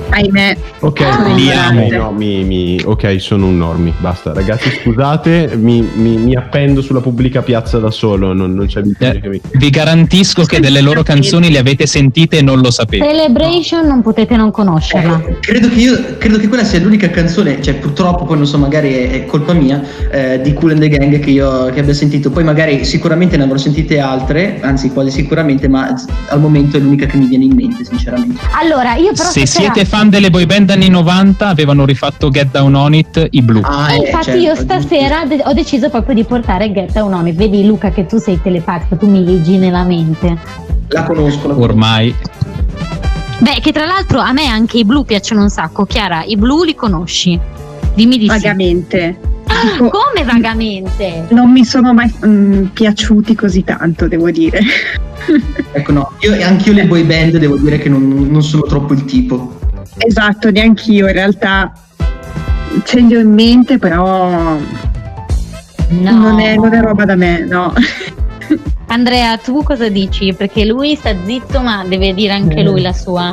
Ahimè.
Ok,
Li amo.
no, ok, sono un normie, basta. Ragazzi, scusate, mi appendo sulla pubblica piazza da solo, non c'è bisogno che mi...
Vi garantisco che delle loro canzoni le avete sentite e non lo sapete.
Celebration non potete non conoscerla.
Credo che quella sia l'unica canzone, cioè purtroppo poi non so, magari è colpa mia, di Kool and the Gang che abbia sentito. Poi magari sicuramente ne avrò sentite altre, anzi quasi sicuramente, ma al momento è l'unica che mi viene in mente, sinceramente.
Allora, io però
Se
stasera-
siete fan delle boy band anni 90, avevano rifatto Get Down On It, i blu.
infatti
certo,
io stasera ho deciso proprio di portare Get Down On It. Vedi Luca che tu sei telepatico, tu mi leggi nella mente.
La conosco.
Ormai.
Beh, che tra l'altro a me anche i blu piacciono un sacco. Chiara, i blu li conosci? Dimmi di sì.
Vagamente.
Ah, come vagamente?
Non mi sono mai piaciuti così tanto, devo dire.
Ecco, no, anch'io le boy band devo dire che non sono troppo il tipo.
Esatto, neanch'io in realtà ce li ho in mente, però
No.
non è roba da me, no.
Andrea, tu cosa dici? Perché lui sta zitto, ma deve dire anche lui la sua.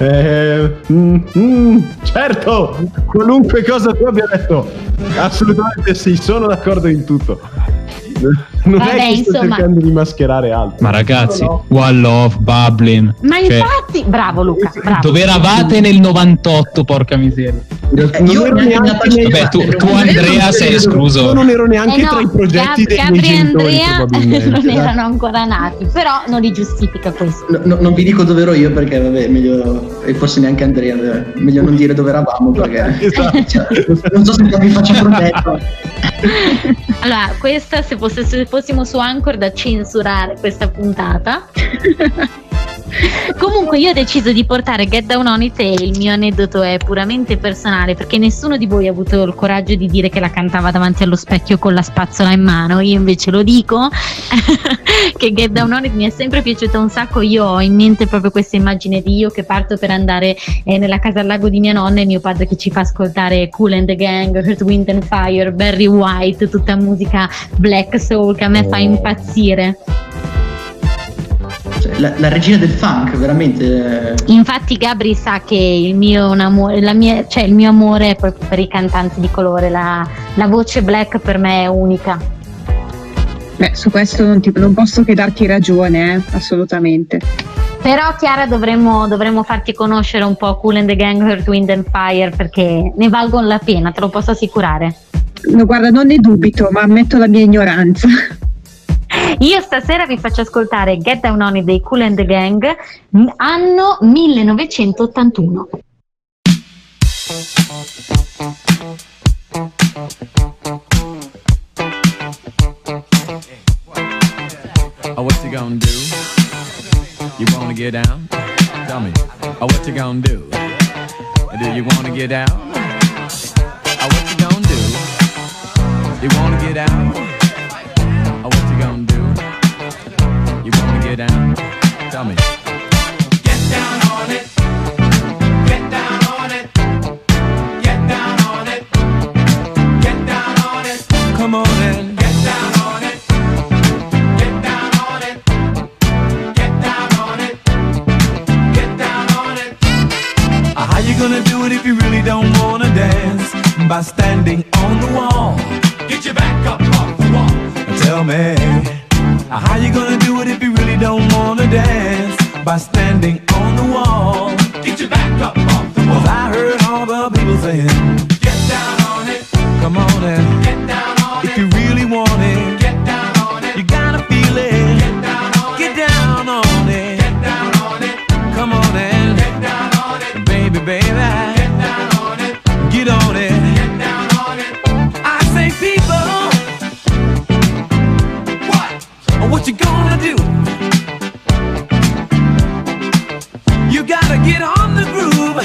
Certo, qualunque cosa tu abbia detto, assolutamente sì, sono d'accordo in tutto. Non
Vabbè,
è che sto
insomma.
cercando di mascherare altro.
Ma ragazzi,
No.
One Love, Bubbling.
Ma
Cioè,
infatti, bravo Luca, bravo.
dove eravate nel 98, porca miseria?
Non
Io
ero
neanche
neanche
una
Vabbè, tu
Non
Andrea sei
Io
escluso.
non ero neanche
No,
tra i progetti dei miei
Gabri e
genitori,
Andrea
probabilmente.
non erano ancora nati, però non li giustifica questo.
Non vi dico dove ero io perché vabbè, meglio, e forse neanche Andrea, meglio non dire dove eravamo perché
Esatto.
cioè, non so se vi faccio protetto.
Allora, questa se fossimo su Anchor da censurare questa puntata. Comunque io ho deciso di portare Get Down On It e il mio aneddoto è puramente personale perché nessuno di voi ha avuto il coraggio di dire che la cantava davanti allo specchio con la spazzola in mano. Io invece lo dico che Get Down On It mi è sempre piaciuta un sacco. Io ho in mente proprio questa immagine di io che parto per andare nella casa al lago di mia nonna e mio padre che ci fa ascoltare Kool and the Gang, Earth, Wind and Fire, Barry White, tutta musica black soul che a me fa impazzire.
Cioè, la regina del funk, veramente.
Infatti Gabri sa che il mio amore, il mio amore è proprio per i cantanti di colore, la voce black per me è unica.
Beh, su questo non posso che darti ragione, assolutamente.
Però Chiara dovremmo farti conoscere un po' Kool and the Gang, Earth, Wind and Fire perché ne valgono la pena, te lo posso assicurare.
No, guarda, non ne dubito, ma ammetto la mia ignoranza.
Io stasera vi faccio ascoltare Get Down On It dei Kool and the Gang, anno 1981.
Oh, what you gonna do? You wanna get down? Tell me. Oh, what you gonna do? Do you wanna get down? Oh, what you gonna do? You wanna get down? Oh, what you gonna do? You wanna get down? Tell me. Get down on it. Get down on it. Get down on it. Get down on it. Come on in. Get down on it. Get down on it. Get down on it. Get down on it. How you gonna do it if you really don't wanna dance? By standing on the wall. Get your back up off the wall. Tell me, how you gonna do it if you really don't wanna dance? By standing on the wall. Get your back up off the wall. 'Cause I heard all the people saying, get down on it. Come on and get down on it. If you really want it, get down on it. You gotta feel it. Get down on it. Get down on it. Get down on it. Come on and get down on it. Baby, baby, get down on it. Get on it. Get down on it. I say people, what you gonna do? You gotta get on the groove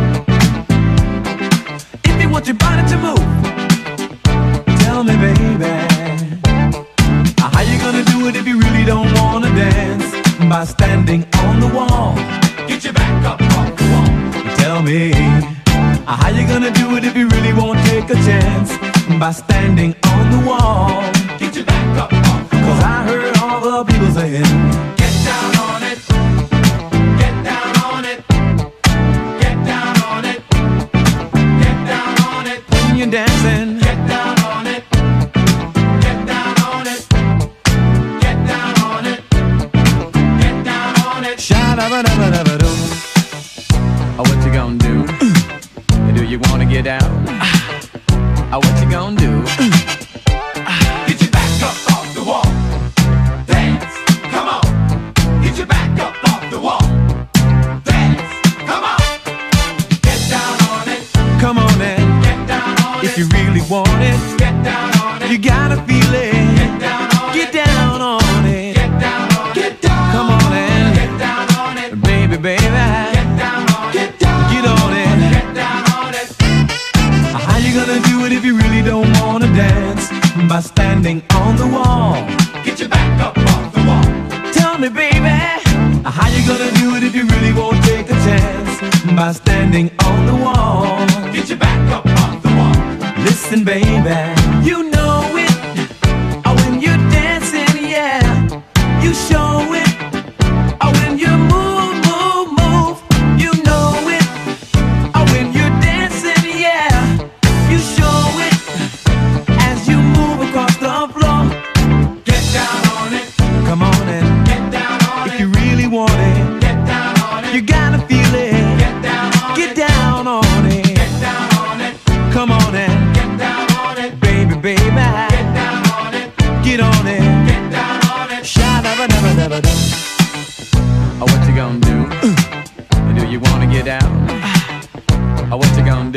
if you want your body to move. Tell me, baby, how you gonna do it if you really don't wanna dance? By standing on the wall. Get your back up off the wall. Tell me, how you gonna do it if you really won't take a chance? By standing on the wall. Get your back up off the wall. 'Cause I heard all the people saying, get down on it. Get down on it. Get down on it. what you gonna do?
Get your back up off the wall. Dance, come on. Get your back up off the wall. Dance, come on. Get down on it.
Come on and
Get down on it.
if you really want it,
Get down on it.
you gotta feel it.
Get down on it.
Get down on it.
Get down on it. Get down.
Come on and
Get down on it.
baby, baby,
Get down on it. Get down.
get on it.
Get down on it.
How you gonna do it if you really don't wanna dance? By standing on the wall.
Get your back up off the wall.
Tell me, baby, how you gonna do it if you really won't take a chance? By standing on the wall.
Get your back up off the wall.
Listen, baby, you know it. When you're dancing, yeah, you show it. When you move, move, move, you know it. When you're dancing, yeah, you show it. As you move across the floor,
Get down on it.
come on and
Get down on
if
it.
you really want it,
Get down on it.
you gotta feel it.
Get down on
Get
it.
down on it.
Get down on it.
Come on and
Get down on it.
baby, baby,
Get down on it.
get on it.
Get down on it.
Sha-da-ba-da-ba-da-ba-da. Oh, what you gonna do? Do you wanna get down? Oh, what you gonna do?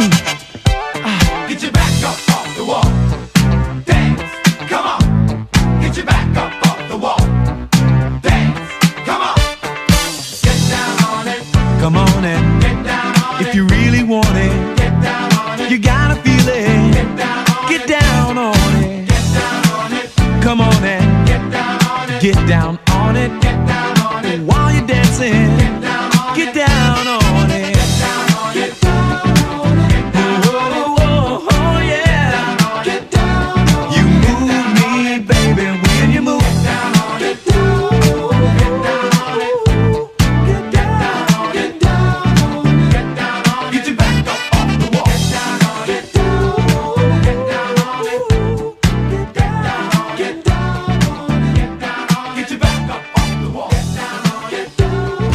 Get your back up off the wall. Dance, come on. Get your back up off the wall. Dance, come on. Get down on it.
Come on and
Get down on it.
if you really want it,
Get down on it.
you gotta feel it.
Get down on
Get
it.
down on it.
Get down on it.
Come on and
Get down on it.
get down on it.
Get down on it.
While you're dancing,
Get down on
get
it.
down on it.
Get down on it. Get down on it.
Oh, oh, oh, yeah.
Get down on it.
You move me, baby, when you move.
Get down on it. Get down on it. Get down on it. Get down on it. Get down on it. Get your back up off the wall. Get down on it. Get down on it. Get down on it. Get down on it. Get down on it. Get down on it. Get your back up off the wall. Get down on it. Get down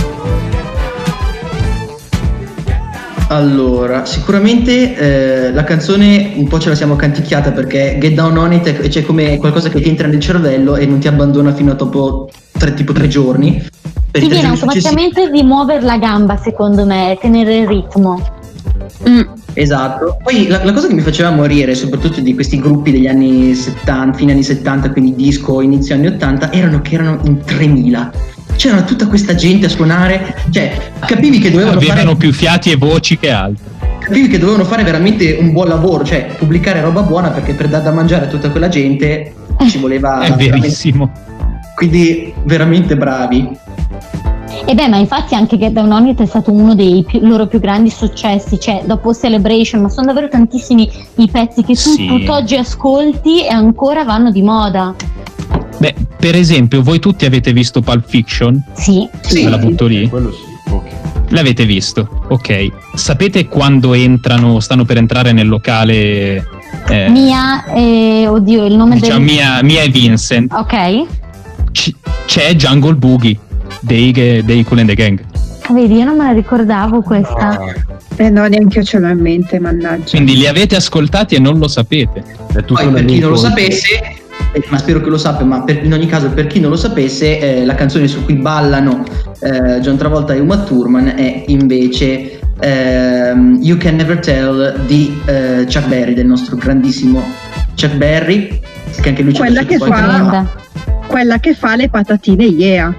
Allora, sicuramente la canzone un po' ce la siamo canticchiata perché Get Down On It c'è come qualcosa che ti entra nel cervello e non ti abbandona fino a dopo 3 giorni. Per
Ti
i 3
viene
giorni successivi.
automaticamente di muovere la gamba, secondo me, tenere il ritmo.
Esatto. Poi la cosa che mi faceva morire, soprattutto di questi gruppi degli anni 70, fine anni 70, quindi disco, inizio anni 80, erano in 3000. C'era tutta questa gente a suonare, cioè capivi che dovevano
Avevano
fare
più fiati e voci che altro.
capivi che dovevano fare veramente un buon lavoro, cioè pubblicare roba buona perché per dar da mangiare a tutta quella gente ci voleva
È verissimo.
quindi veramente bravi.
E beh, ma infatti anche Get Down On It è stato uno dei loro più grandi successi, cioè dopo Celebration, ma sono davvero tantissimi i pezzi che tu
Sì.
tutt'oggi ascolti e ancora vanno di moda.
Beh, per esempio, voi tutti avete visto Pulp Fiction?
Sì.
Sì.
Me la butto lì.
Quello sì, ok.
L'avete visto? Ok. Sapete quando stanno per entrare nel locale?
Mia oddio, il nome
Diciamo Mia e Vincent.
Ok.
C'è Jungle Boogie dei Kool and the Gang.
Vedi, io non me la ricordavo questa.
No, neanche io ce l'ho in mente, mannaggia.
Quindi li avete ascoltati e non lo sapete.
È tutto
Poi
un
per chi non lo
incontro.
sapesse, ma spero che lo sappia, ma in ogni caso per chi non lo sapesse, la canzone su cui ballano John Travolta e Uma Thurman è invece You Can Never Tell di Chuck Berry, del nostro grandissimo Chuck Berry, che anche lui ci ha
Quella
lasciato
che
qualche
fa-
anno fa.
Tremenda.
Quella che fa le patatine, yeah.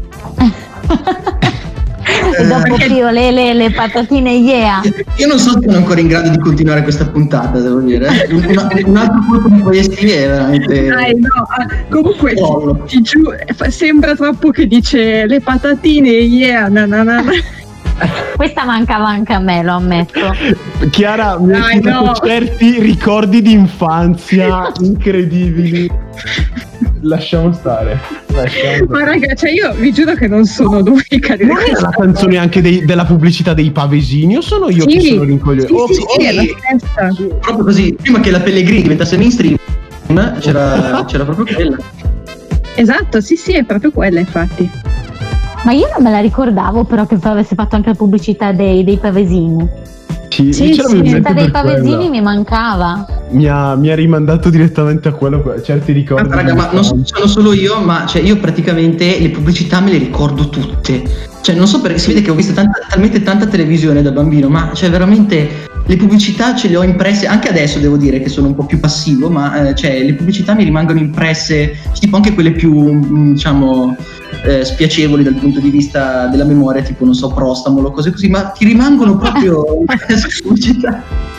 E dopo più le patatine, yeah.
Io non so se sono ancora in grado di continuare questa puntata, devo dire. Un altro colpo di poesia è veramente.
Dai, no, comunque
Pollo.
ti giuro, sembra troppo che dice le patatine, yeah, na na na na.
Questa mancava anche a me, lo ammetto.
Chiara mi ha
Dai,
dato
no.
certi ricordi di infanzia incredibili. Lasciamo stare.
Ma raga, cioè io vi giuro che non sono l'unica di
Non era la canzone anche della pubblicità dei pavesini o sono io che sono rincoglionito?
Sì, è la stessa.
Proprio così, prima che la Pellegrini diventasse mainstream, c'era proprio quella.
Esatto, sì, è proprio quella, infatti.
Ma io non me la ricordavo però che avesse fatto anche la pubblicità dei pavesini.
Sì,
Sì,
ce l'avevo
sì.
in mente
Questa dei
per
pavesini
quella.
mi mancava.
mi ha rimandato direttamente a quello, certi ricordi.
Raga, ma non sono solo io, ma cioè, io praticamente le pubblicità me le ricordo tutte. Cioè, non so perché, si vede che ho visto talmente tanta televisione da bambino, ma cioè veramente le pubblicità ce le ho impresse, anche adesso devo dire che sono un po' più passivo, ma cioè le pubblicità mi rimangono impresse, tipo anche quelle più diciamo spiacevoli dal punto di vista della memoria, tipo non so, Prostamolo, cose così, ma ti rimangono proprio impresse le pubblicità.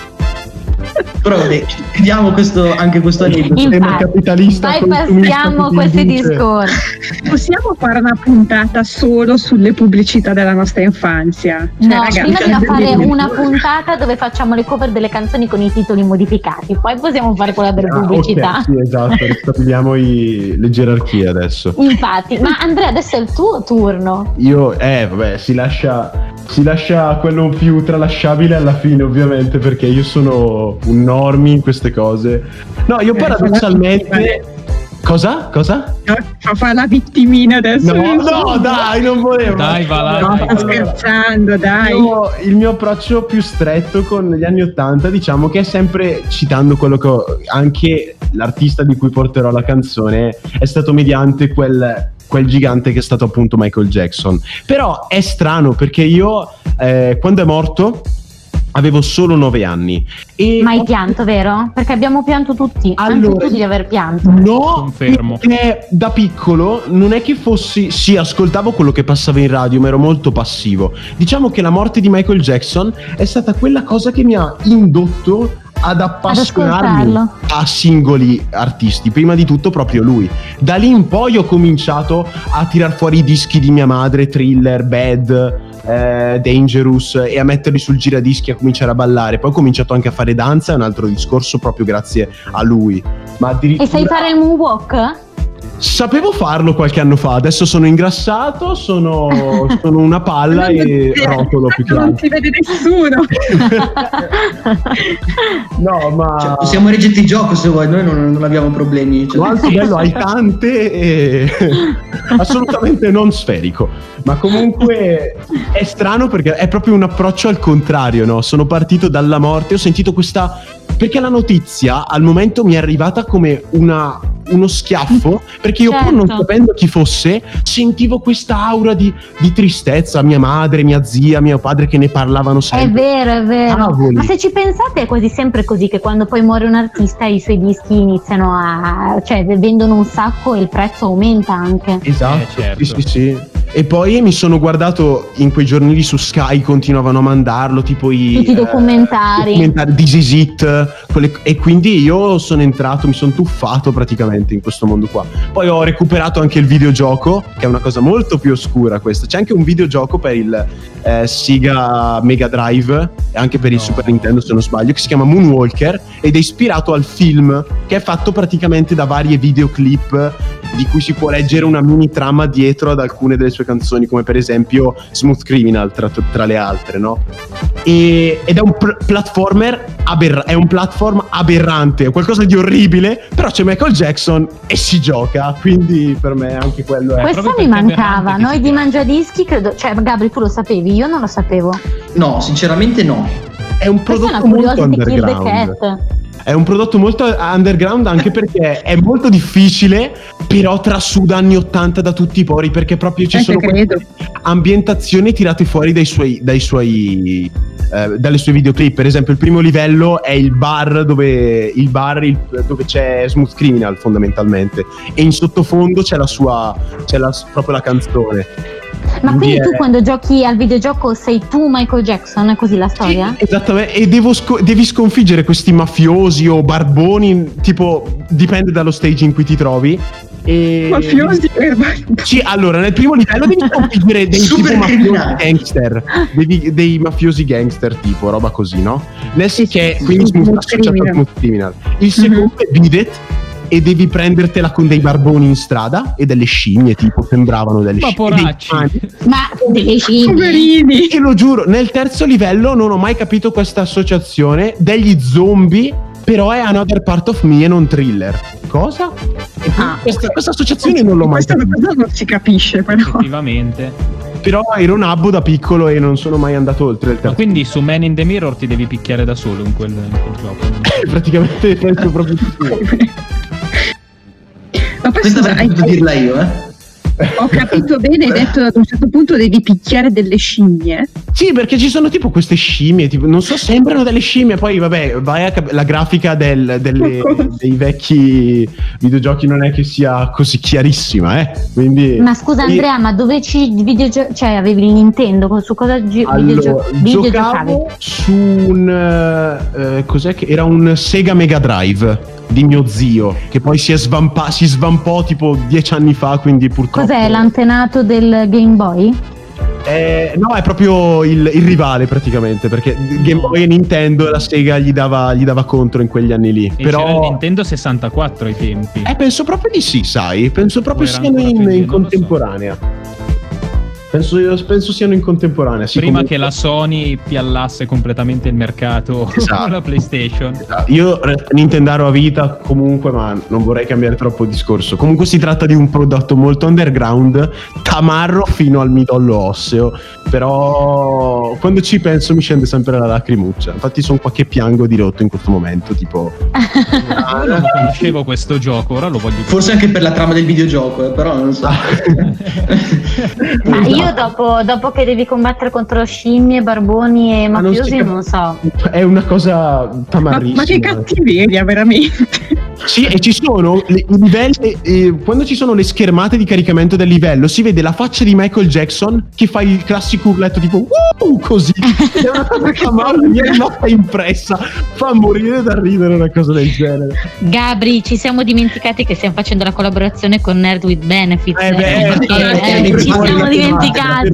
Però vabbè, chiudiamo anche questo aneddoto.
Tema capitalista,
bypassiamo questi discorsi.
Possiamo fare una puntata solo sulle pubblicità della nostra infanzia? Cioè,
No,
ragazzi,
prima di fare una puntata dove facciamo le cover delle canzoni con i titoli modificati, poi possiamo fare quella delle pubblicità.
Okay, sì, esatto, ristabiliamo le gerarchie adesso.
Infatti, ma Andrea, adesso è il tuo turno.
Io, vabbè, si lascia quello più tralasciabile alla fine, ovviamente, perché io sono un normie in queste cose. No, io paradossalmente... Cosa?
Fa fare la vittimina adesso.
No, dai, non volevo.
Dai, va là.
No, sto scherzando, dai.
Il mio approccio più stretto con gli anni '80, diciamo che è sempre, citando quello che anche l'artista di cui porterò la canzone, è stato mediante quel gigante che è stato appunto Michael Jackson. Però è strano perché io quando è morto avevo solo 9 anni.
Ma hai pianto, vero? Perché abbiamo pianto tutti.
Allora,
anche tu di aver pianto.
No,
confermo.
Perché da piccolo non è che fossi... Sì, ascoltavo quello che passava in radio, ma ero molto passivo. Diciamo che la morte di Michael Jackson è stata quella cosa che mi ha indotto ad appassionarmi a singoli artisti, prima di tutto proprio lui. Da lì in poi ho cominciato a tirar fuori i dischi di mia madre, Thriller, Bad, Dangerous, e a metterli sul giradischi, a cominciare a ballare. Poi ho cominciato anche a fare danza, è un altro discorso, proprio grazie a lui. Ma addirittura...
E sai fare il moonwalk?
Sapevo farlo qualche anno fa, adesso sono ingrassato, sono una palla e rotolo più che altro.
Non si vede nessuno.
No, ma
cioè, possiamo reggerti il gioco se vuoi, noi non abbiamo problemi. Cioè.
Molto bello, hai tante e assolutamente non sferico. Ma comunque è strano perché è proprio un approccio al contrario, no? Sono partito dalla morte, ho sentito questa... Perché la notizia al momento mi è arrivata come uno schiaffo, perché io pur non sapendo chi fosse sentivo questa aura di tristezza. Mia madre, mia zia, mio padre che ne parlavano sempre.
È vero.
Cavoli.
Ma se ci pensate è quasi sempre così, che quando poi muore un artista i suoi dischi iniziano cioè vendono un sacco e il prezzo aumenta anche.
Esatto,
certo.
sì. E poi mi sono guardato in quei giorni lì su Sky, continuavano a mandarlo, tipo
tutti i documentari
This Is It, e quindi io sono entrato, mi sono tuffato praticamente in questo mondo qua. Poi ho recuperato anche il videogioco, che è una cosa molto più oscura questa. C'è anche un videogioco per il Sega Mega Drive e anche per il Super Nintendo, se non sbaglio, che si chiama Moonwalker ed è ispirato al film, che è fatto praticamente da varie videoclip di cui si può leggere una mini trama dietro ad alcune delle sue canzoni, come per esempio Smooth Criminal tra le altre, no? Ed è un platformer è un platform aberrante, è qualcosa di orribile, però c'è Michael Jackson e si gioca, quindi per me anche quello è.
Questo mi mancava. Noi di Mangiadischi credo, cioè Gabri, tu lo sapevi, io non lo sapevo.
No, sinceramente no.
È un prodotto molto underground. È un prodotto molto underground anche perché è molto difficile, però trasuda anni '80 da tutti i pori, perché proprio ci sono ambientazioni tirate fuori dalle sue videoclip. Per esempio il primo livello è il bar dove c'è Smooth Criminal fondamentalmente, e in sottofondo c'è proprio la canzone.
Ma quindi tu quando giochi al videogioco sei tu Michael Jackson, è così la storia?
Sì, esattamente, e devi sconfiggere questi mafiosi o barboni, tipo dipende dallo stage in cui ti trovi.
Mafiosi?
Sì, allora nel primo livello devi sconfiggere dei tipo mafiosi gangster, dei mafiosi gangster tipo roba così, no? Quindi Smooth Criminal. Il secondo è Beat It, e devi prendertela con dei barboni in strada e delle scimmie, tipo sembravano delle scimmie.
Ma delle scimmie,
poverini.
E lo giuro, nel terzo livello non ho mai capito questa associazione degli zombie, però è Another Part of Me e non Thriller. Cosa? Questa associazione non l'ho mai capito.
Questa cosa non si capisce, però.
Effettivamente.
Però ero nabbo da piccolo e non sono mai andato oltre il
Ma
terzo.
quindi su Man in the Mirror ti devi picchiare da solo in quel gioco.
Praticamente penso proprio di sì.
Ma poi
Questa
scusa,
avrei potuto dirla io,
ho capito bene, hai detto ad un certo punto devi picchiare delle scimmie.
Sì, perché ci sono tipo queste scimmie, tipo, non so, sembrano delle scimmie, poi vabbè, vai la grafica dei vecchi videogiochi non è che sia così chiarissima, quindi...
Ma scusa Andrea, ma dove cioè avevi il Nintendo? Su cosa videogiocavi?
Giocavo su un... cos'è che... Era un Sega Mega Drive di mio zio, che poi si svampò tipo 10 anni fa, quindi purtroppo...
Cos'è, l'antenato del Game Boy?
No, è proprio il rivale praticamente, perché Game Boy e Nintendo, la Sega gli dava contro in quegli anni lì.
E
Però
c'era il Nintendo 64 ai tempi.
penso proprio di sì, sai, penso proprio
Era
siano
ancora più
in
non lo so.
contemporanea. Penso siano in contemporanea. Sì,
Prima
comunque-
che la Sony piallasse completamente il mercato
Esatto.
con la PlayStation.
Io Nintendaro a vita comunque, ma non vorrei cambiare troppo il discorso. Comunque si tratta di un prodotto molto underground, tamarro fino al midollo osseo, però quando ci penso mi scende sempre la lacrimuccia. Infatti sono qua che piango di rotto in questo momento, tipo...
Io non conoscevo questo gioco, ora lo voglio
Forse anche per la trama del videogioco, però non so.
Ma io dopo che devi combattere contro scimmie, barboni e
Ma non si
mafiosi,
cap-
non so.
È una cosa tamarrissima.
Ma che cattiveria, veramente.
Sì, e ci sono i livelli. Quando ci sono le schermate di caricamento del livello, si vede la faccia di Michael Jackson che fa il classico urletto tipo così. È una cosa che mi è rimasta impressa. Fa morire da ridere una cosa del genere.
Gabri, ci siamo dimenticati che stiamo facendo la collaborazione con Nerd with Benefits. Ci siamo dimenticati.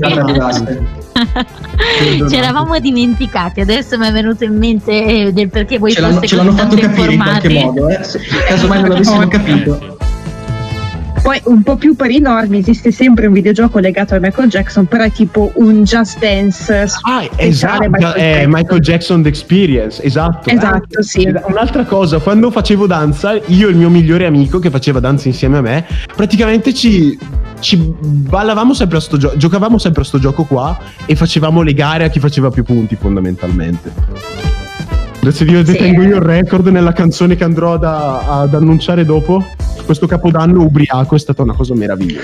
Ci eravamo dimenticati, adesso mi è venuto in mente del perché voi
Ce
foste
l'hanno
così
fatto
tanto
capire in qualche
informati.
modo, se casomai non l'avessimo capito.
Poi un po' più per i normi esiste sempre un videogioco legato a Michael Jackson, però è tipo un Just Dance
Esatto, è Michael Jackson The Experience, esatto.
Esatto, sì.
Un'altra cosa, quando facevo danza, io e il mio migliore amico che faceva danza insieme a me, praticamente ci ballavamo sempre a sto gioco, giocavamo sempre a sto gioco qua e facevamo le gare a chi faceva più punti fondamentalmente. Grazie a Dio detengo io il record nella canzone che andrò ad annunciare dopo. Questo capodanno ubriaco è stata una cosa meravigliosa.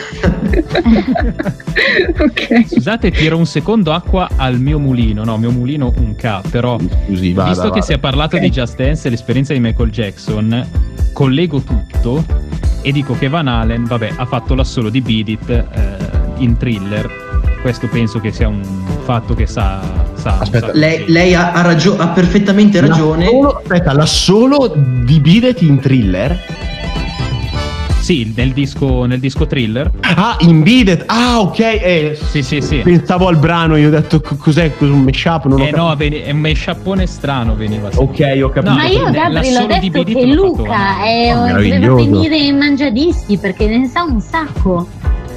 Ok.
Scusate, tiro un secondo acqua al mio mulino. No, mio mulino un K, però
Scusi,
visto che si è parlato di Just Dance e l'esperienza di Michael Jackson, collego tutto e dico che Van Halen, vabbè, ha fatto l'assolo di Beat It in Thriller. Questo penso che sia un fatto che sa.
Aspetta,
Lei ha perfettamente ragione.
L'assolo di Beat It in Thriller?
Sì, nel disco Thriller.
Ah, in Beat It. Ah, ok.
Sì.
Pensavo al brano, io ho detto cos'è un mashup, non ho capito.
No, è un mashuppone strano veniva.
Ok, ho capito.
Ma io Gabri l'ho detto che Luca doveva
meraviglioso.
venire in Mangiadischi perché ne sa un sacco.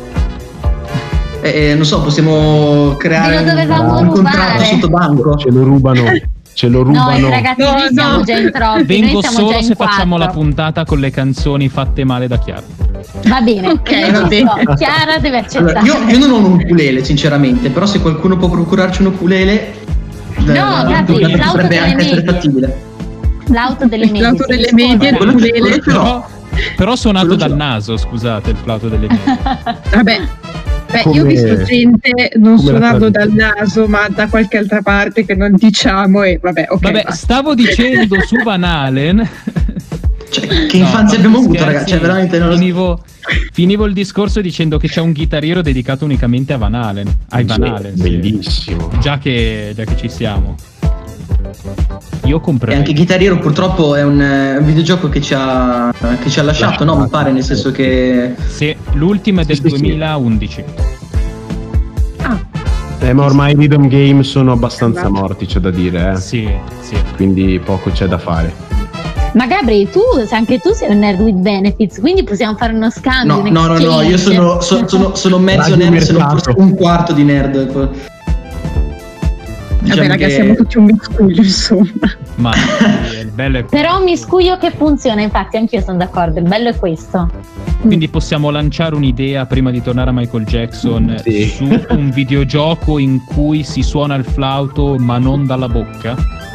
Non so, possiamo creare
Ve lo dovevamo
un contratto
rubare.
sotto banco.
Ce lo rubano.
No, ragazzi, noi siamo già in troppi.
Vengo
noi siamo
solo
già in
se facciamo
4.
la puntata con le canzoni fatte male da Chiara.
Va bene,
Ok,
io
va
ci
bene.
sto. Chiara deve accettare.
Allora, io non ho un ukulele, sinceramente, però se qualcuno può procurarci un ukulele,
Gabri, l'auto
potrebbe
delle
anche essere
medie.
fattibile.
L'auto delle medie.
L'auto
si
delle
risponde.
medie,
Quello
ukulele.
ce l'ho.
Però suonato
Quello ce
dal
l'ho.
naso, scusate, il flauto delle medie.
Vabbè.
Come-
io ho visto gente non
come la
suonarlo
tradizione.
dal naso, ma da qualche altra parte che non diciamo. E vabbè, ok.
Vabbè,
basta.
stavo dicendo su Van Halen.
Cioè, che infanzia abbiamo avuto,
scherzi,
ragazzi? Cioè, veramente non lo
finivo il discorso dicendo che c'è un chitarriero dedicato unicamente a Van Halen. Ai Van Halen, sì.
Bellissimo.
Già che ci siamo. Io
E
comprerei.
anche Guitar Hero purtroppo è un videogioco che ci ha lasciato, no? Mi pare, nel senso che...
Sì, l'ultimo è del
Sì, sì, sì.
2011.
Ma ormai i rhythm game sono abbastanza morti, c'è da dire,
Sì.
quindi poco c'è da fare.
Ma Gabri, anche tu sei un nerd with benefits, quindi possiamo fare uno scambio.
No, io sono mezzo
Radio
nerd, se non
mercato.
forse un quarto di nerd. Diciamo
Vabbè, raga,
che-
siamo tutti un miscuglio, insomma.
Ma il bello è
Però un miscuglio che funziona, infatti anch'io sono d'accordo, il bello è questo.
Quindi possiamo lanciare un'idea prima di tornare a Michael Jackson
Sì.
su un videogioco in cui si suona il flauto ma non dalla bocca?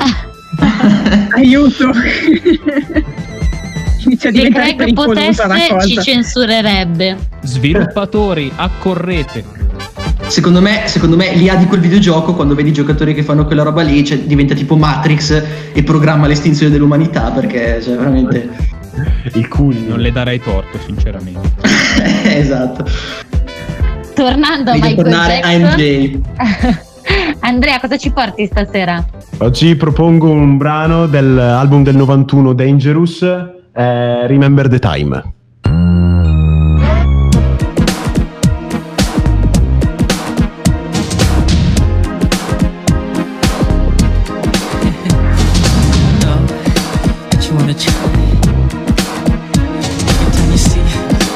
Aiuto! Inizia a
Se
diventare
Craig
pericolosa la
potesse ci
cosa.
censurerebbe.
Sviluppatori, accorrete.
Secondo me l'IA di quel videogioco, quando vedi i giocatori che fanno quella roba lì, cioè, diventa tipo Matrix e programma l'estinzione dell'umanità, perché cioè, veramente
Il culmine.
Non le darei torto, sinceramente.
esatto.
Tornando a
Devi
Michael
tornare a
Jackson,
MJ.
Andrea, cosa ci porti stasera?
Oggi propongo un brano dell'album del 91 Dangerous, Remember the Time.
But you wanna try. Every time you see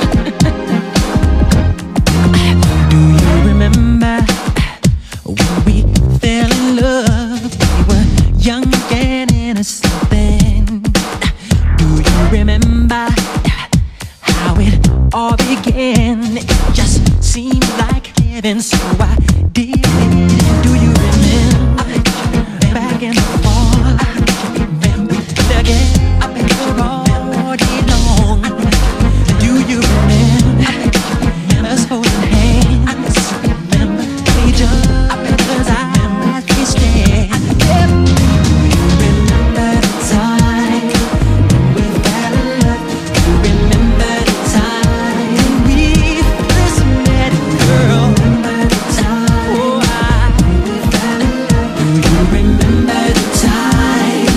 Do you remember when we fell in love? We were young and innocent then. Do you remember how it all began? It just seemed like heaven, so I did it. Do you remember back in the fall? Again, I've been here all day long. Do you remember us holding hands? Remember each other's eyes we stared. Do you remember the time we fell in love? Do you remember the time we first met, girl? Remember the time, we fell in love? Do you remember the time?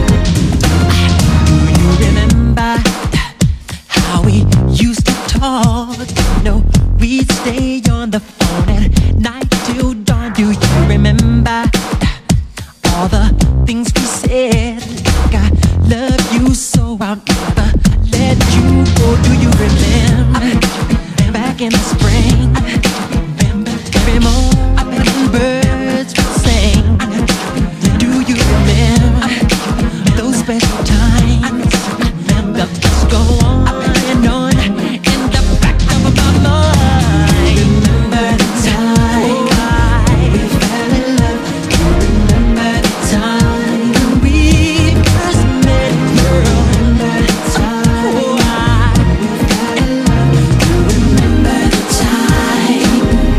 Do you remember how we used to talk? No, we'd stay on the phone at night till dawn. Do you remember all the things we said? Like I love you so I'll never let you go. Do you remember back in the spring? Every morning birds would sing. Do you remember those special times? The thoughts go on and on in the back of my mind. Remember the time we fell in love? Remember the time we first met, girl? Remember the time we fell in love? Remember the time?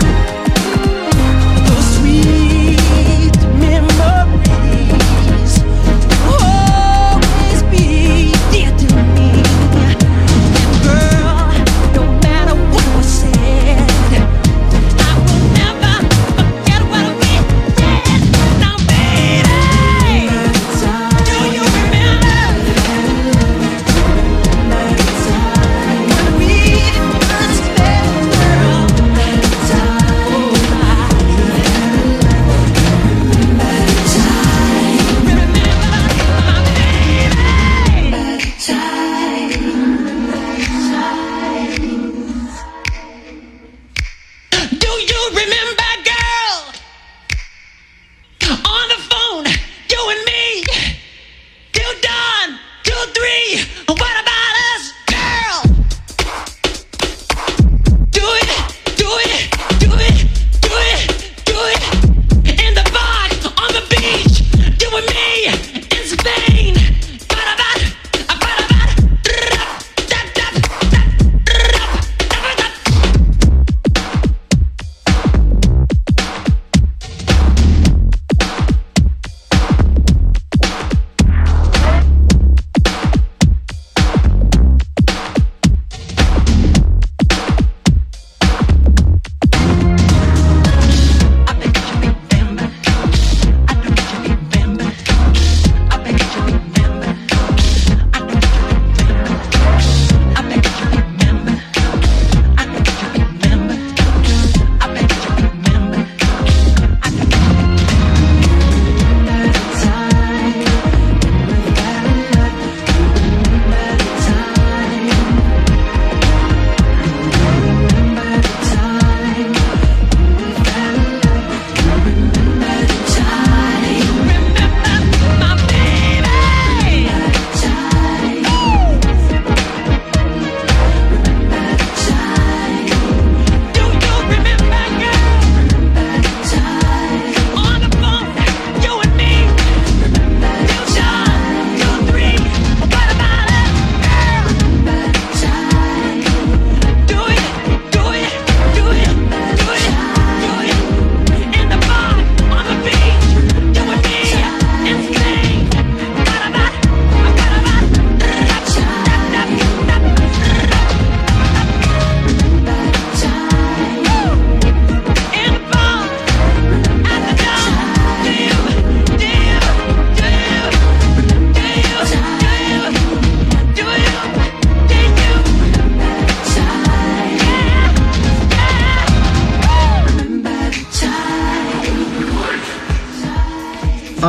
Those sweet memories always be dear to me. And girl, no matter what was said, I will never forget what we did. Now, baby, do you remember when we first met, girl? Do you remember, girl? On the phone, you and me, till dawn, till 3. What about us, girl? Do it, do it, do it, do it, do it. In the bar, on the beach, you and me, in Spain.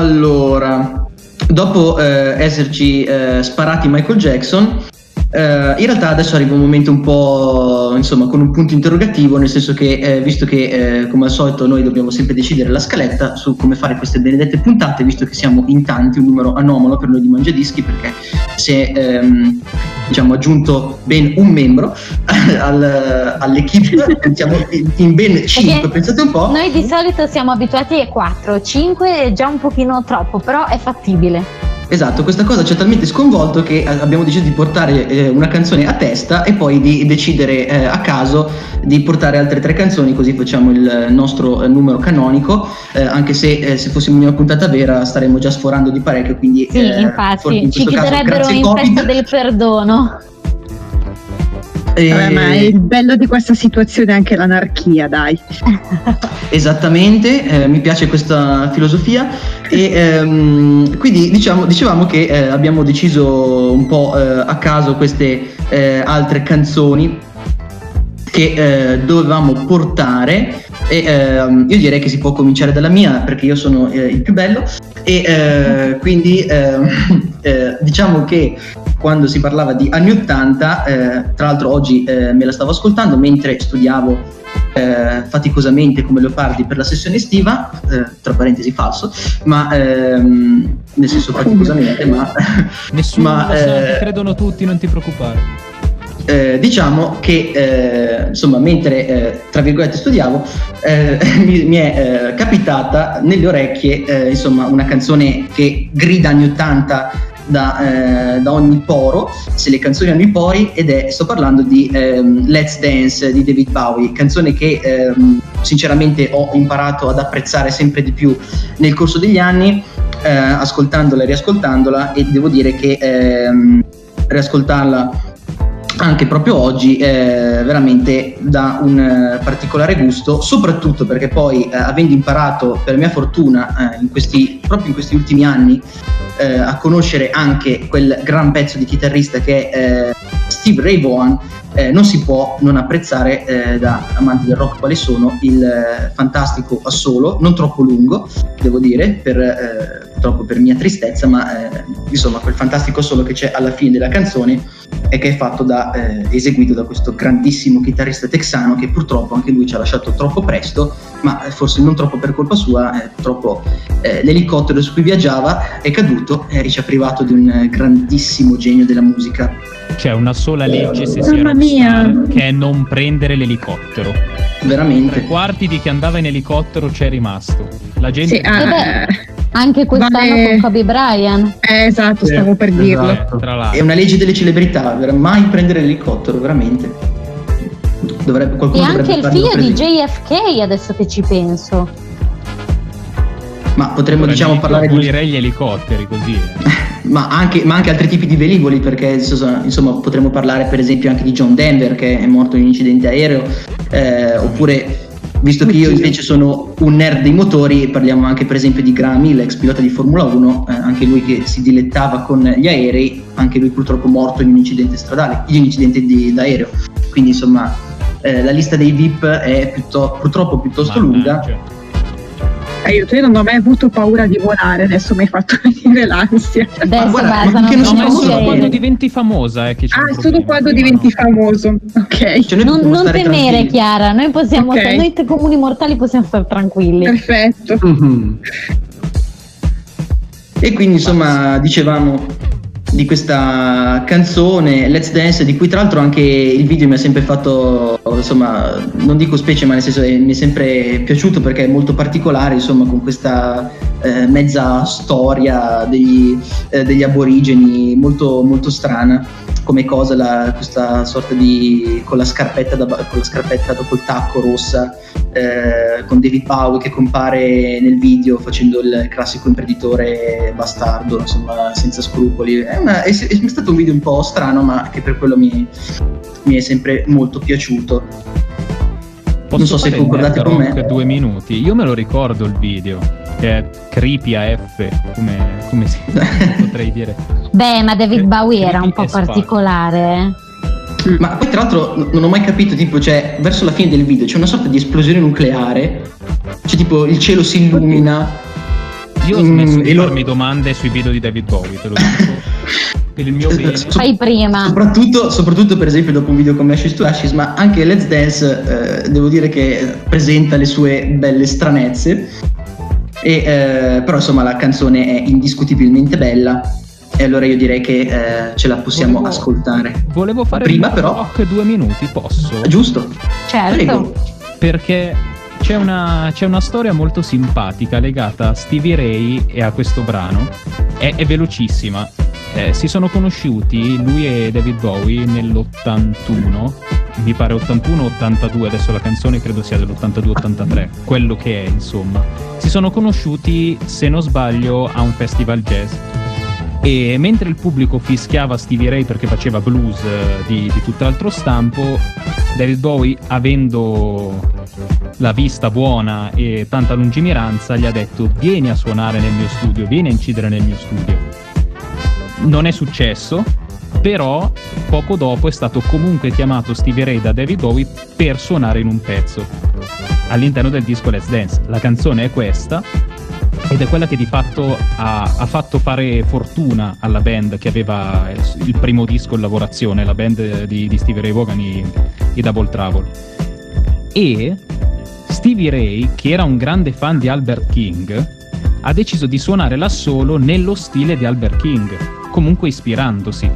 Allora, dopo esserci sparati Michael Jackson, in realtà adesso arriva un momento un po', insomma, con un punto interrogativo, nel senso che visto che come al solito noi dobbiamo sempre decidere la scaletta su come fare queste benedette puntate, visto che siamo in tanti, un numero anomalo per noi di Mangiadischi, perché si è diciamo aggiunto ben un membro all'equipe, siamo in ben 5, pensate un po'.
Noi di solito siamo abituati a 4, 5 è già un pochino troppo, però è fattibile.
Esatto, questa cosa ci ha talmente sconvolto che abbiamo deciso di portare una canzone a testa e poi di decidere a caso di portare altre 3 canzoni, così facciamo il nostro numero canonico, anche se fossimo in una puntata vera staremmo già sforando di parecchio, quindi
sì, infatti
in
ci
questo caso,
chiederebbero
grazie
in
Covid.
festa del perdono.
Vabbè, ma il bello di questa situazione è anche l'anarchia, dai.
Esattamente, mi piace questa filosofia e quindi dicevamo che abbiamo deciso un po' a caso queste altre canzoni che dovevamo portare e io direi che si può cominciare dalla mia perché io sono il più bello e quindi diciamo che quando si parlava di anni 80, tra l'altro oggi me la stavo ascoltando mentre studiavo faticosamente come leopardi per la sessione estiva, tra parentesi falso, ma nel senso faticosamente, ma
Nessuno
ma,
lo sa, credono tutti, non ti preoccupare.
Diciamo che insomma mentre tra virgolette studiavo mi è capitata nelle orecchie insomma una canzone che grida anni 80 da ogni poro, se le canzoni hanno i pori, sto parlando di Let's Dance di David Bowie, canzone che sinceramente ho imparato ad apprezzare sempre di più nel corso degli anni, ascoltandola e riascoltandola, e devo dire che riascoltarla anche proprio oggi veramente dà un particolare gusto, soprattutto perché poi avendo imparato per mia fortuna proprio in questi ultimi anni a conoscere anche quel gran pezzo di chitarrista che è Steve Ray Vaughan, non si può non apprezzare da amanti del rock quali sono il fantastico assolo, non troppo lungo devo dire, purtroppo per mia tristezza, ma insomma quel fantastico assolo che c'è alla fine della canzone e che è fatto eseguito da questo grandissimo chitarrista texano che purtroppo anche lui ci ha lasciato troppo presto, ma forse non troppo per colpa sua, purtroppo l'elicottero su cui viaggiava è caduto e ci ha privato di un grandissimo genio della musica.
C'è una sola legge se si è
Mamma mia.
rockstar, che è non prendere l'elicottero.
Veramente.
3/4 di chi andava in elicottero c'è rimasto. La gente
Sì,
Anche quest'anno
vale-
con Kobe Bryant.
esatto, stavo per dirlo.
Esatto.
tra
È
l'altro.
una legge delle celebrità, mai prendere l'elicottero, veramente.
E
Qualcuno
anche
dovrebbe
il
farlo
figlio di
presente.
JFK, adesso che ci penso.
Ma potremmo
Ora
diciamo
gli
parlare di
abolirei gli elicotteri così.
ma anche altri tipi di velivoli, perché insomma potremmo parlare per esempio anche di John Denver che è morto in un incidente aereo, oppure visto che io invece sono un nerd dei motori, parliamo anche per esempio di Graham Hill, ex pilota di Formula 1, anche lui che si dilettava con gli aerei, anche lui purtroppo morto in un incidente stradale, in un incidente d'aereo. Quindi insomma la lista dei VIP è purtroppo piuttosto lunga.
Io non ho mai avuto paura di volare, adesso mi hai fatto venire l'ansia.
Adesso
guarda,
basta,
ma
non
che non
No,
sono
ma è
famoso,
solo
dire-
quando diventi famosa che c'è un
Solo
problema.
quando
Prima
diventi
no.
famoso. Ok,
Cioè, noi
Non,
possiamo
non
stare
temere,
tranquilli.
Chiara, noi possiamo
Ok.
noi comuni mortali possiamo stare tranquilli.
perfetto.
Mhm.
E quindi insomma dicevamo di questa canzone Let's Dance, di cui tra l'altro anche il video mi ha sempre fatto, insomma, non dico specie, ma nel senso mi è sempre piaciuto perché è molto particolare, insomma, con questa mezza storia degli aborigeni, molto, molto strana come cosa, questa sorta di con la scarpetta dopo il tacco rossa, con David Bowie che compare nel video facendo il classico imprenditore bastardo, insomma, senza scrupoli. È stato un video un po' strano, ma che per quello mi è sempre molto piaciuto.
Posso
Non so se
fare
concordate
il
con
rock
me.
2 minuti. Io me lo ricordo il video, che è creepy AF, come si potrei dire.
Beh, ma David Bowie era un po'
Creepy as fuck.
particolare.
Ma poi tra l'altro non ho mai capito, tipo, cioè, verso la fine del video c'è una sorta di esplosione nucleare, cioè tipo il cielo si illumina,
Io ho smesso di
e lo-
farmi domande sui video di David Bowie, te lo dico. Per il mio bene.
Fai prima.
Soprattutto per esempio dopo un video come Ashes to Ashes, ma anche Let's Dance devo dire che presenta le sue belle stranezze, però insomma la canzone è indiscutibilmente bella e allora io direi che ce la possiamo ascoltare.
Volevo fare
Prima
un
però
rock 2 minuti, posso?
Giusto?
Certo.
Prego.
Perché c'è una storia molto simpatica legata a Stevie Ray e a questo brano. È velocissima. Si sono conosciuti lui e David Bowie nell'81, mi pare 81-82, adesso la canzone credo sia dell'82-83, quello che è insomma. Si sono conosciuti, se non sbaglio, a un festival jazz. E mentre il pubblico fischiava Stevie Ray perché faceva blues di tutt'altro stampo, David Bowie, avendo la vista buona e tanta lungimiranza, gli ha detto: vieni a suonare nel mio studio, vieni a incidere nel mio studio. Non è successo, però poco dopo è stato comunque chiamato Stevie Ray da David Bowie per suonare in un pezzo all'interno del disco Let's Dance. La canzone è questa ed è quella che di fatto ha fatto fare fortuna alla band che aveva il primo disco in lavorazione, la band di Stevie Ray Vaughan, i Double Trouble. E Stevie Ray, che era un grande fan di Albert King, ha deciso di suonare l'assolo nello stile di Albert King, comunque ispirandosi.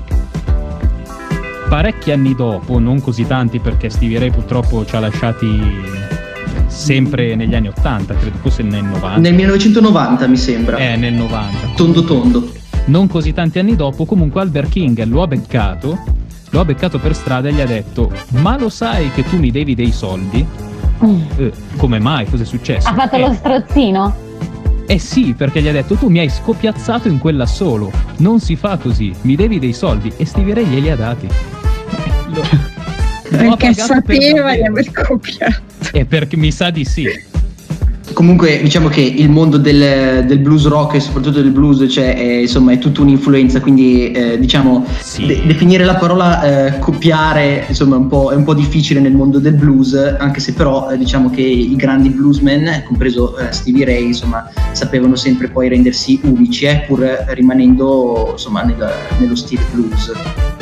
Parecchi anni dopo, non così tanti perché Stevie Ray purtroppo ci ha lasciati sempre negli anni 80, credo fosse nel 90.
Nel 1990 mi sembra.
Nel 90.
Tondo.
Non così tanti anni dopo, comunque Albert King lo ha beccato per strada e gli ha detto: ma lo sai che tu mi devi dei soldi? Come mai? Cos'è successo?
Ha fatto lo strozzino?
Sì, perché gli ha detto: tu mi hai scopiazzato in quell'assolo, non si fa così, mi devi dei soldi. E Stevie Ray glieli ha dati.
Perché sapeva di aver copiato.
E perché mi sa di sì.
Comunque diciamo che il mondo del blues rock e soprattutto del blues insomma è tutta un'influenza, quindi diciamo
sì.
Definire la parola copiare insomma è un po' difficile nel mondo del blues, anche se però diciamo che i grandi bluesmen, compreso Stevie Ray, insomma sapevano sempre poi rendersi unici, pur rimanendo insomma nello stile blues.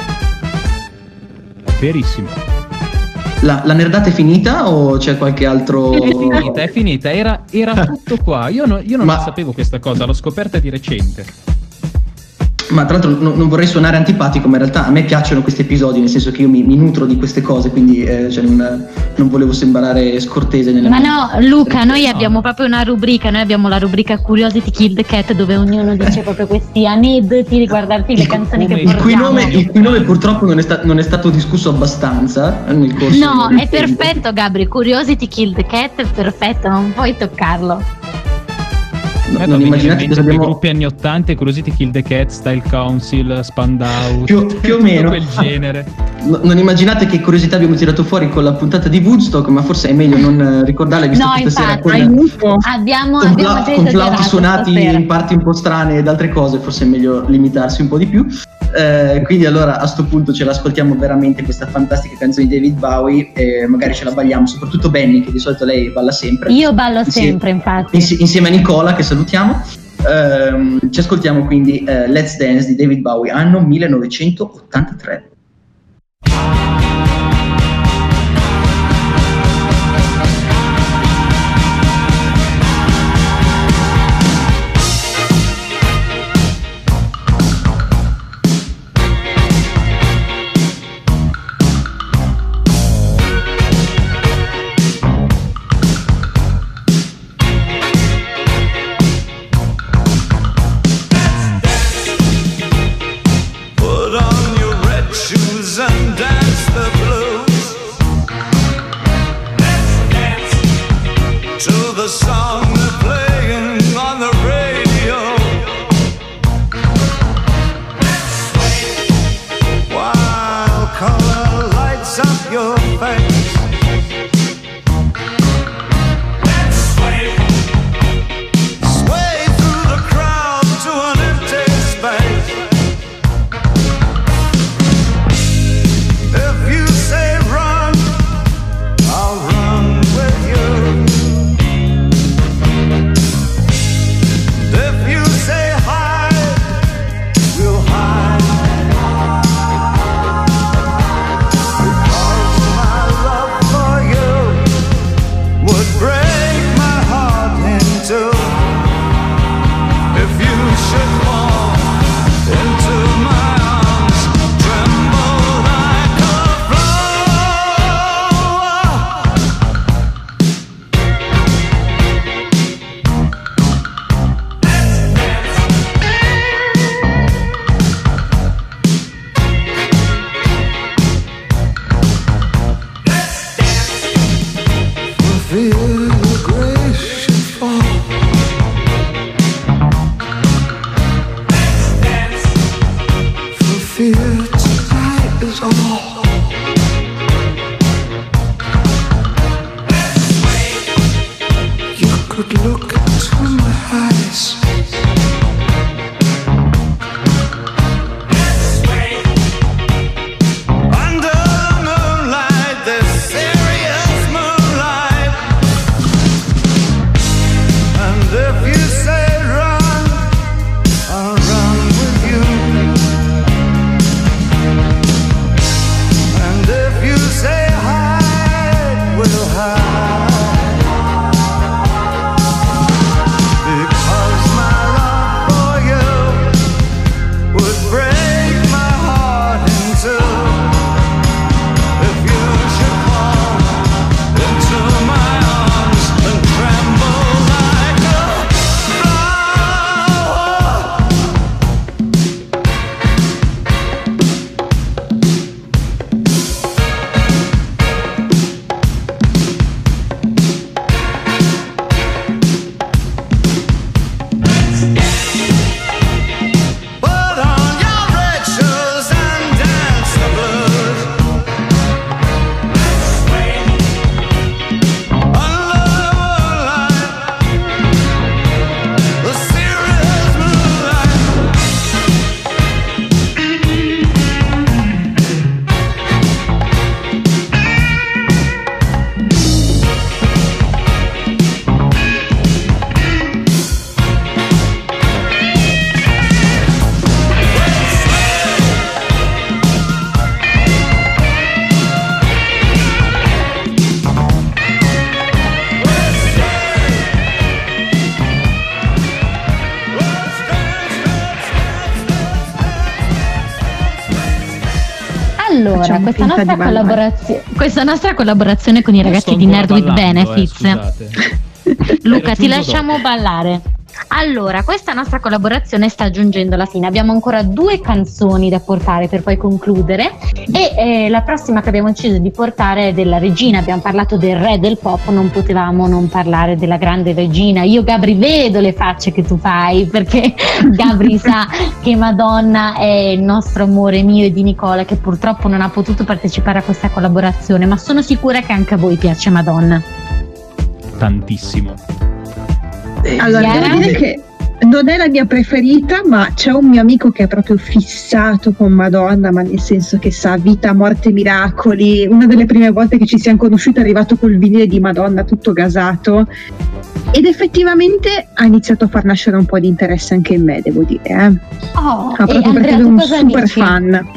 Verissimo.
La nerdata è finita o c'è qualche altro?
È finita, era tutto qua. Io non la sapevo questa cosa, l'ho scoperta di recente.
Ma tra l'altro non vorrei suonare antipatico, ma in realtà a me piacciono questi episodi, nel senso che io mi nutro di queste cose, quindi non volevo sembrare scortese nella
Ma no, Luca, noi abbiamo proprio una rubrica, noi abbiamo la rubrica Curiosity Kill the Cat, dove ognuno dice proprio questi aneddoti riguardanti le canzoni che portiamo.
Il cui nome purtroppo non è stato discusso abbastanza nel corso.
No, è perfetto, Gabri, Curiosity Kill the Cat è perfetto, non puoi toccarlo.
Non immaginate cosa abbiamo...
gruppi anni 80, Curiosity Kill the Cat, Style Council, Spandau,
più o meno
quel genere.
Non immaginate che curiosità abbiamo tirato fuori con la puntata di Woodstock, ma forse è meglio non ricordarle, visto che stasera
abbiamo
con flauti suonati stasera in parti un po' strane ed altre cose, forse è meglio limitarsi un po' di più. Quindi allora a sto punto ce l'ascoltiamo veramente questa fantastica canzone di David Bowie e magari ce la balliamo, soprattutto Benny, che di solito lei balla sempre.
Io ballo sempre, infatti.
Insieme a Nicola, che salutiamo. Ci ascoltiamo quindi Let's Dance di David Bowie, anno 1983.
If here tonight is all. You could look into my eyes. Under the moonlight, this serious moonlight. And if you say run, I'll run with you. And if you say hide, we'll hide. Because my love for you would break my heart in two. If you should fall into my arms and tremble like a flower. Put on your red shoes and dance the blues. Under the moonlight, the serious moonlight.
Allora,
Facciamo
questa
finta
nostra,
di ballare.
questa nostra collaborazione con i ragazzi di Nerd with Benefits. Luca, ti lasciamo ballare. Allora, questa nostra collaborazione sta giungendo alla fine. Abbiamo ancora 2 canzoni da portare per poi concludere. E la prossima che abbiamo deciso di portare è della regina. Abbiamo parlato del re del pop, non potevamo non parlare della grande regina. Io, Gabri, vedo le facce che tu fai, perché Gabri sa che Madonna è il nostro amore, mio e di Nicola, che purtroppo non ha potuto partecipare a questa collaborazione, ma sono sicura che anche a voi piace Madonna.
Tantissimo.
Allora,
Chiara?
devo dire che non è la mia preferita, ma c'è un mio amico che è proprio fissato con Madonna, ma nel senso che sa vita, morte, miracoli. Una delle prime volte che ci siamo conosciuti è arrivato col vinile di Madonna tutto gasato, ed effettivamente ha iniziato a far nascere un po' di interesse anche in me, devo dire.
Oh,
Ah,
e
proprio
Andrea,
perché è
tu
un
cosa
super
dici?
fan.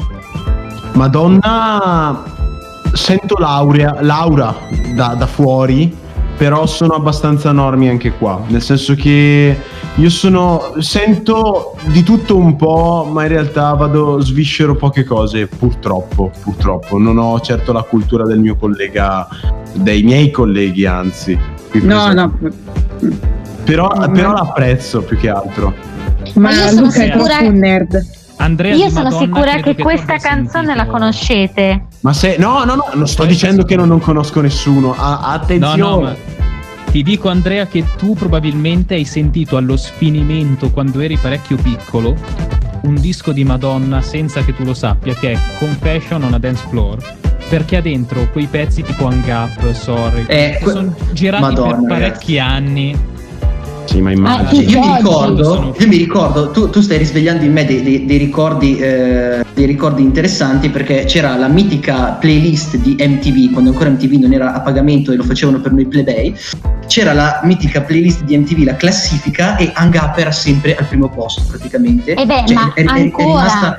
Madonna, sento Laura da fuori, però sono abbastanza normi anche qua, nel senso che io sento di tutto un po', ma in realtà sviscero poche cose, purtroppo non ho certo la cultura del mio collega, dei miei colleghi anzi.
No.
Però l'apprezzo più che altro.
Ma
io sono
Luca è
sicura-
proprio un nerd.
Andrea
Io
di
sono
Madonna,
sicura
credo
che
tu
questa
abbia
canzone
sentito-
la conoscete.
Ma se no, non sto dicendo che non conosco nessuno. Attenzione.
No, ma ti dico, Andrea, che tu probabilmente hai sentito allo sfinimento, quando eri parecchio piccolo, un disco di Madonna senza che tu lo sappia, che è Confession on a Dance Floor, perché ha dentro quei pezzi tipo Hang Up, Sorry, che sono girati
Madonna,
per parecchi anni.
Sì, ma immagino.
Ah,
Io mi ricordo, tu stai risvegliando in me dei ricordi interessanti, perché c'era la mitica playlist di MTV, quando ancora MTV non era a pagamento e lo facevano per noi plebei. C'era la mitica playlist di MTV, la classifica, e Hang Up era sempre al primo posto praticamente.
Ma
è
ancora
rimasta.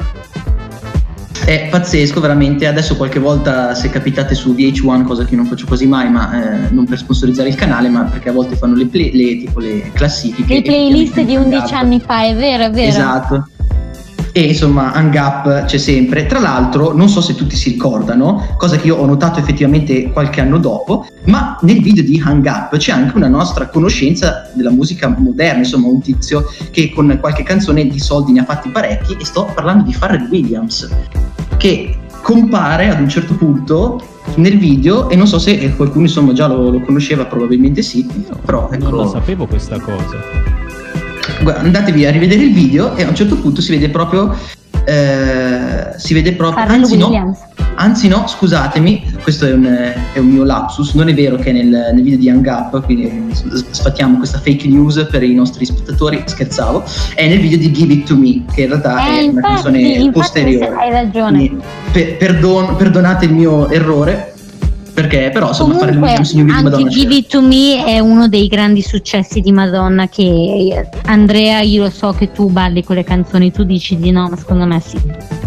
È pazzesco veramente. Adesso qualche volta, se capitate su VH1, cosa che non faccio quasi mai, ma non per sponsorizzare il canale, ma perché a volte fanno le classifiche,
le playlist di 11
Hang Up.
anni fa, è vero.
Esatto. E insomma Hang Up c'è sempre. Tra l'altro, non so se tutti si ricordano, cosa che io ho notato effettivamente qualche anno dopo, ma nel video di Hang Up c'è anche una nostra conoscenza della musica moderna, insomma un tizio che con qualche canzone di soldi ne ha fatti parecchi, e sto parlando di Pharrell Williams, che compare ad un certo punto nel video, e non so se qualcuno insomma già lo conosceva, probabilmente sì, però ecco,
Non la sapevo questa cosa.
andatevi a rivedere il video, e a un certo punto si vede proprio si vede proprio,
Pharrell Williams.
Anzi no, scusatemi, questo è un mio lapsus, non è vero che nel video di Hang Up, quindi sfattiamo questa fake news per i nostri spettatori, scherzavo, è nel video di Give It To Me, che in realtà è una canzone posteriore.
Hai ragione.
Quindi, perdonate il mio errore, perché però insomma fare il video di
anche
Madonna
Give It To Me è uno dei grandi successi di Madonna, che Andrea, io lo so che tu balli con le canzoni, tu dici di no, ma secondo me sì.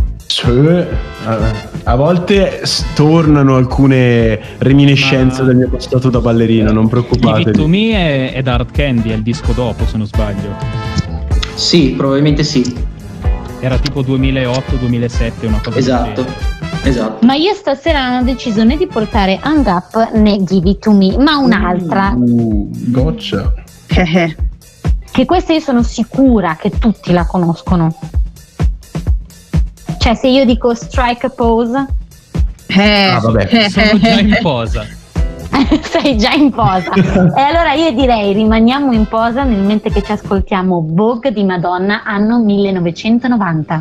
A volte tornano alcune reminiscenze del mio passato da ballerino, non preoccupatevi.
Give It To Me è Hard Candy, è il disco dopo, se non sbaglio.
Sì, probabilmente sì.
Era tipo 2008-2007, una cosa
Esatto.
Ma io stasera non ho deciso né di portare Hang Up né Give It To Me, ma un'altra.
Goccia.
Che questa io sono sicura che tutti la conoscono. Cioè, se io dico Strike a Pose,
vabbè.
Sono già in posa.
sei già in posa. E allora io direi rimaniamo in posa nel mentre che ci ascoltiamo Vogue di Madonna, anno 1990.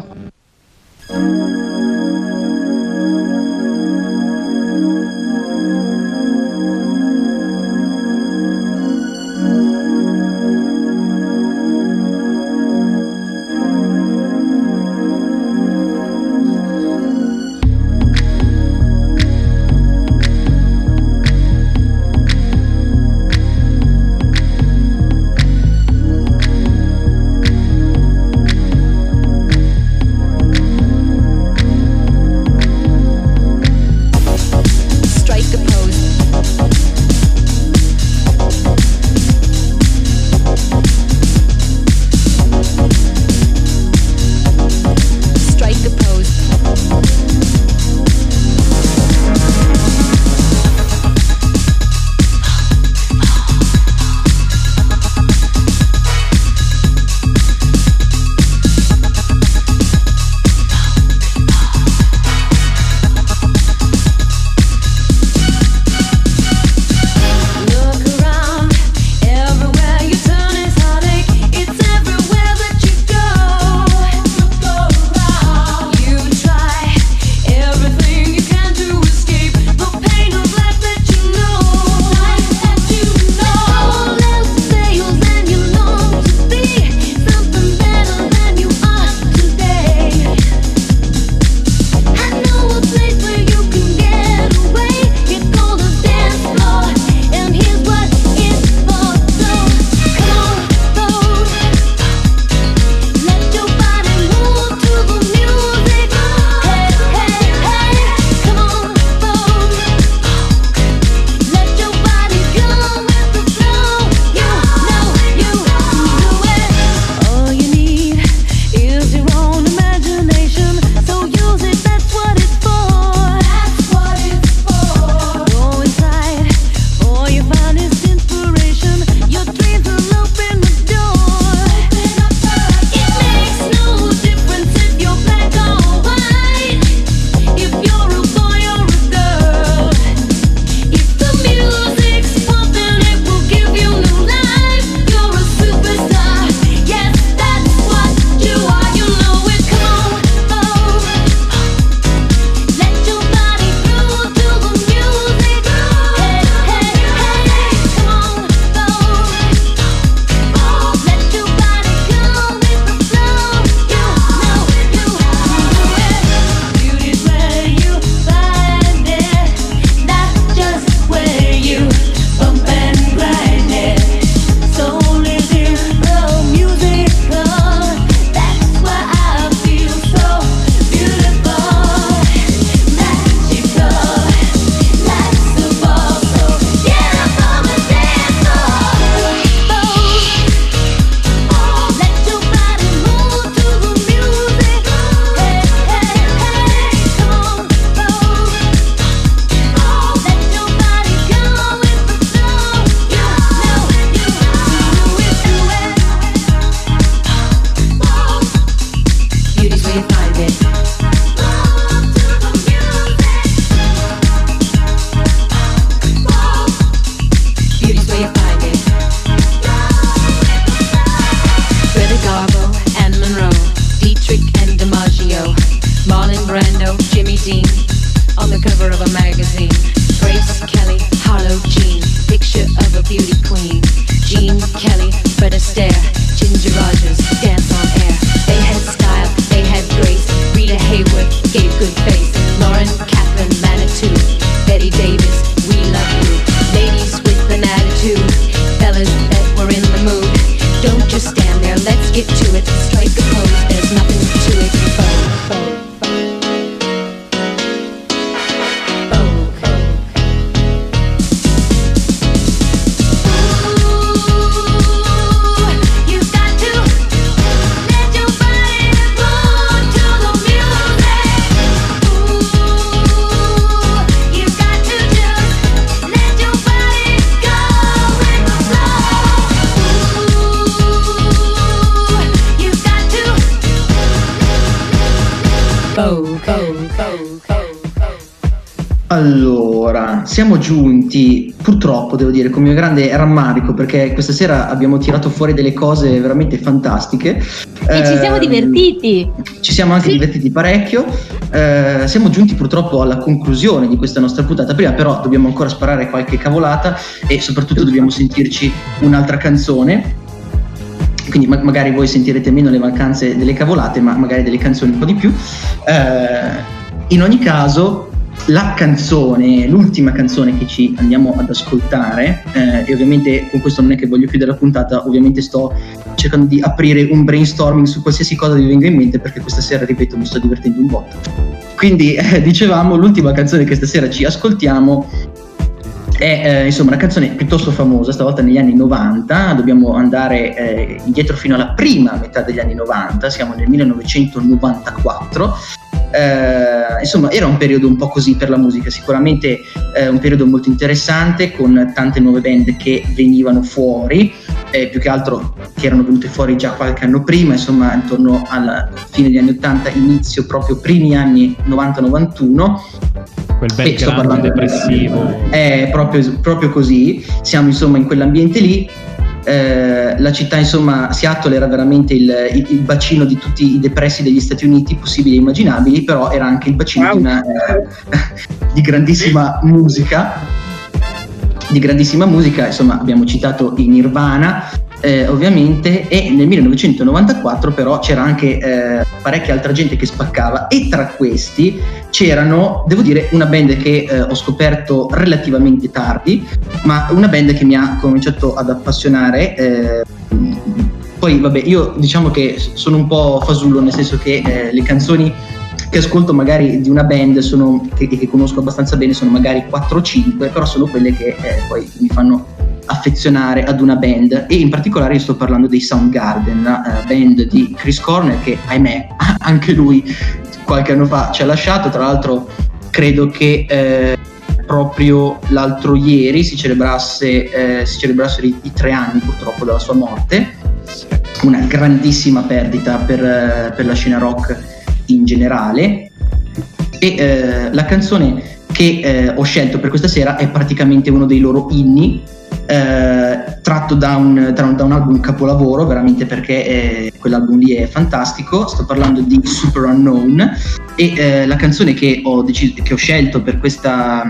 Bono, Jimmy Dean, on the cover of a magazine. Grace Kelly, Harlow Jean, picture of a beauty queen. Jean Kelly, Fred Astaire, Ginger Rogers, dance on air. They had style, they had grace. Rita Hayworth gave good face. Lauren Catherine Manitou, Betty Davis, we love you. Ladies with an attitude, fellas that were in the mood. Don't just stand there, let's get to it. Strike a pose, there's nothing to it.
Allora, siamo giunti, purtroppo devo dire, con mio grande rammarico, perché questa sera abbiamo tirato fuori delle cose veramente fantastiche.
E ci siamo divertiti.
Ci siamo anche divertiti parecchio. Siamo giunti purtroppo alla conclusione di questa nostra puntata. Prima però dobbiamo ancora sparare qualche cavolata e soprattutto dobbiamo sentirci un'altra canzone. Quindi magari voi sentirete meno le mancanze delle cavolate, ma magari delle canzoni un po' di più. In ogni caso, la canzone, l'ultima canzone che ci andiamo ad ascoltare, e ovviamente con questo non è che voglio chiudere la puntata, ovviamente sto cercando di aprire un brainstorming su qualsiasi cosa vi venga in mente, perché questa sera, ripeto, mi sto divertendo un botto. Quindi dicevamo, l'ultima canzone che stasera ci ascoltiamo è insomma una canzone piuttosto famosa, stavolta negli anni 90, dobbiamo andare indietro fino alla prima metà degli anni 90, siamo nel 1994. Insomma era un periodo un po' così per la musica, sicuramente un periodo molto interessante, con tante nuove band che venivano fuori, più che altro che erano venute fuori già qualche anno prima, insomma intorno alla fine degli anni 80, inizio proprio primi anni 90-91.
Quel bel grande depressivo.
È proprio così, siamo insomma in quell'ambiente lì. La città, insomma, Seattle era veramente il bacino di tutti i depressi degli Stati Uniti possibili e immaginabili, però era anche il bacino di grandissima musica. Insomma, abbiamo citato i Nirvana, ovviamente, e nel 1994 però c'era anche parecchia altra gente che spaccava, e tra questi c'erano, devo dire, una band che ho scoperto relativamente tardi, ma una band che mi ha cominciato ad appassionare. Poi vabbè, io diciamo che sono un po' fasullo, nel senso che le canzoni che ascolto magari di una band che conosco abbastanza bene sono magari 4 o 5, però sono quelle che poi mi fanno affezionare ad una band, e in particolare io sto parlando dei Soundgarden, band di Chris Cornell, che ahimè anche lui qualche anno fa ci ha lasciato. Tra l'altro credo che proprio l'altro ieri si celebrassero i 3 anni purtroppo dalla sua morte, una grandissima perdita per la scena rock in generale. E la canzone che ho scelto per questa sera è praticamente uno dei loro inni, tratto da un album capolavoro veramente, perché quell'album lì è fantastico. Sto parlando di Super Unknown, e la canzone che ho scelto per questa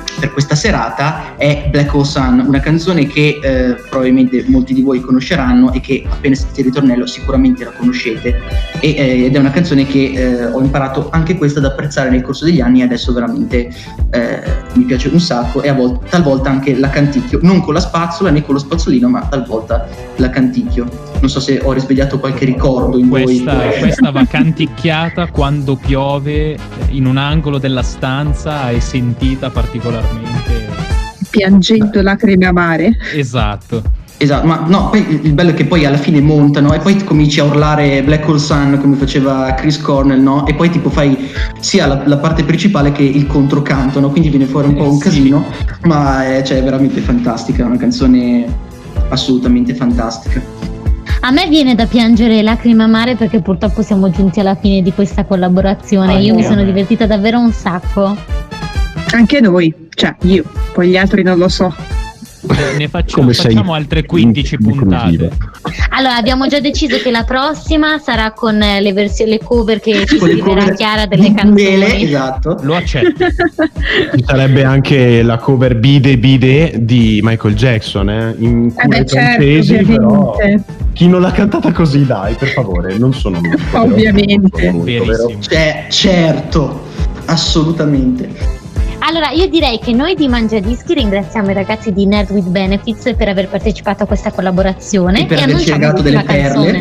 serata è Black Hole Sun, una canzone che probabilmente molti di voi conosceranno e che appena sentite il ritornello sicuramente la conoscete, ed è una canzone che ho imparato anche questa ad apprezzare nel corso degli anni, e adesso veramente mi piace un sacco, e talvolta anche la canticchio, non con la spazzola né con lo spazzolino, ma talvolta la canticchio. Non so se ho risvegliato qualche ricordo in voi.
Questa va canticchiata quando piove in un angolo della stanza, è sentita particolarmente
piangendo lacrime amare.
Esatto,
ma no, poi il bello è che poi alla fine montano e poi cominci a urlare Black Hole Sun come faceva Chris Cornell, no? E poi tipo fai sia la parte principale che il controcanto, no? Quindi viene fuori un po' un casino, ma è veramente fantastica, è una canzone assolutamente fantastica.
A me viene da piangere lacrime amare, perché purtroppo siamo giunti alla fine di questa collaborazione. Io mi sono divertita davvero un sacco.
Anche noi, cioè io, poi gli altri non lo so.
Ne facciamo altre 15 puntate.
Allora, abbiamo già deciso che la prossima sarà con le cover che ci scriverà Chiara delle canzoni.
Esatto.
Lo accetto.
Ci sarebbe anche la cover Bide Bide di Michael Jackson, in cure francesi, però chi non l'ha cantata così, dai, per favore, non sono molto,
ovviamente.
Certo, assolutamente.
Allora, io direi che noi di Mangiadischi ringraziamo i ragazzi di Nerd with Benefits per aver partecipato a questa collaborazione
e per averci regalato delle perle.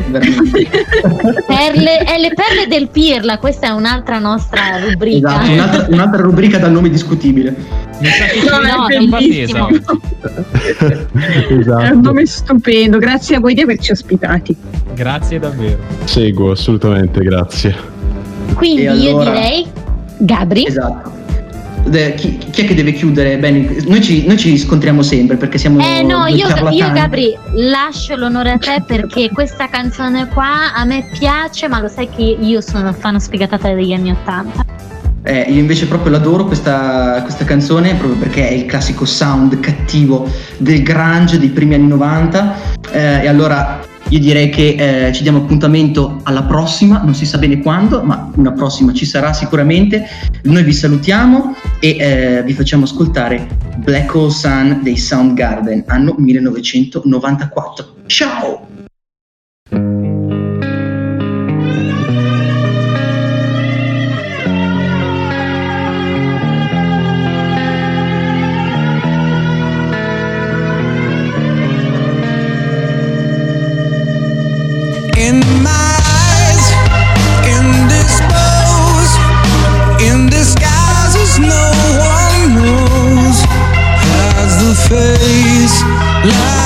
Le perle del Pirla, questa è un'altra nostra rubrica.
Esatto, un'altra rubrica dal nome discutibile.
È bellissimo.
Esatto.
È un nome stupendo, grazie a voi di averci ospitati.
Grazie davvero.
Seguo, assolutamente, grazie.
Quindi io direi Gabri.
Esatto. Chi è che deve chiudere? Bene, noi ci scontriamo sempre perché siamo
io Gabri lascio l'onore a te perché questa canzone qua a me piace, ma lo sai che io sono fan sfegatata degli anni '80.
Io invece proprio l'adoro questa canzone proprio perché è il classico sound cattivo del grunge dei primi anni '90 e allora io direi che ci diamo appuntamento alla prossima, non si sa bene quando, ma una prossima ci sarà sicuramente. Noi vi salutiamo e vi facciamo ascoltare Black Hole Sun dei Soundgarden, anno 1994. Ciao!
In my eyes, indisposed, in disguises no one knows, has the face like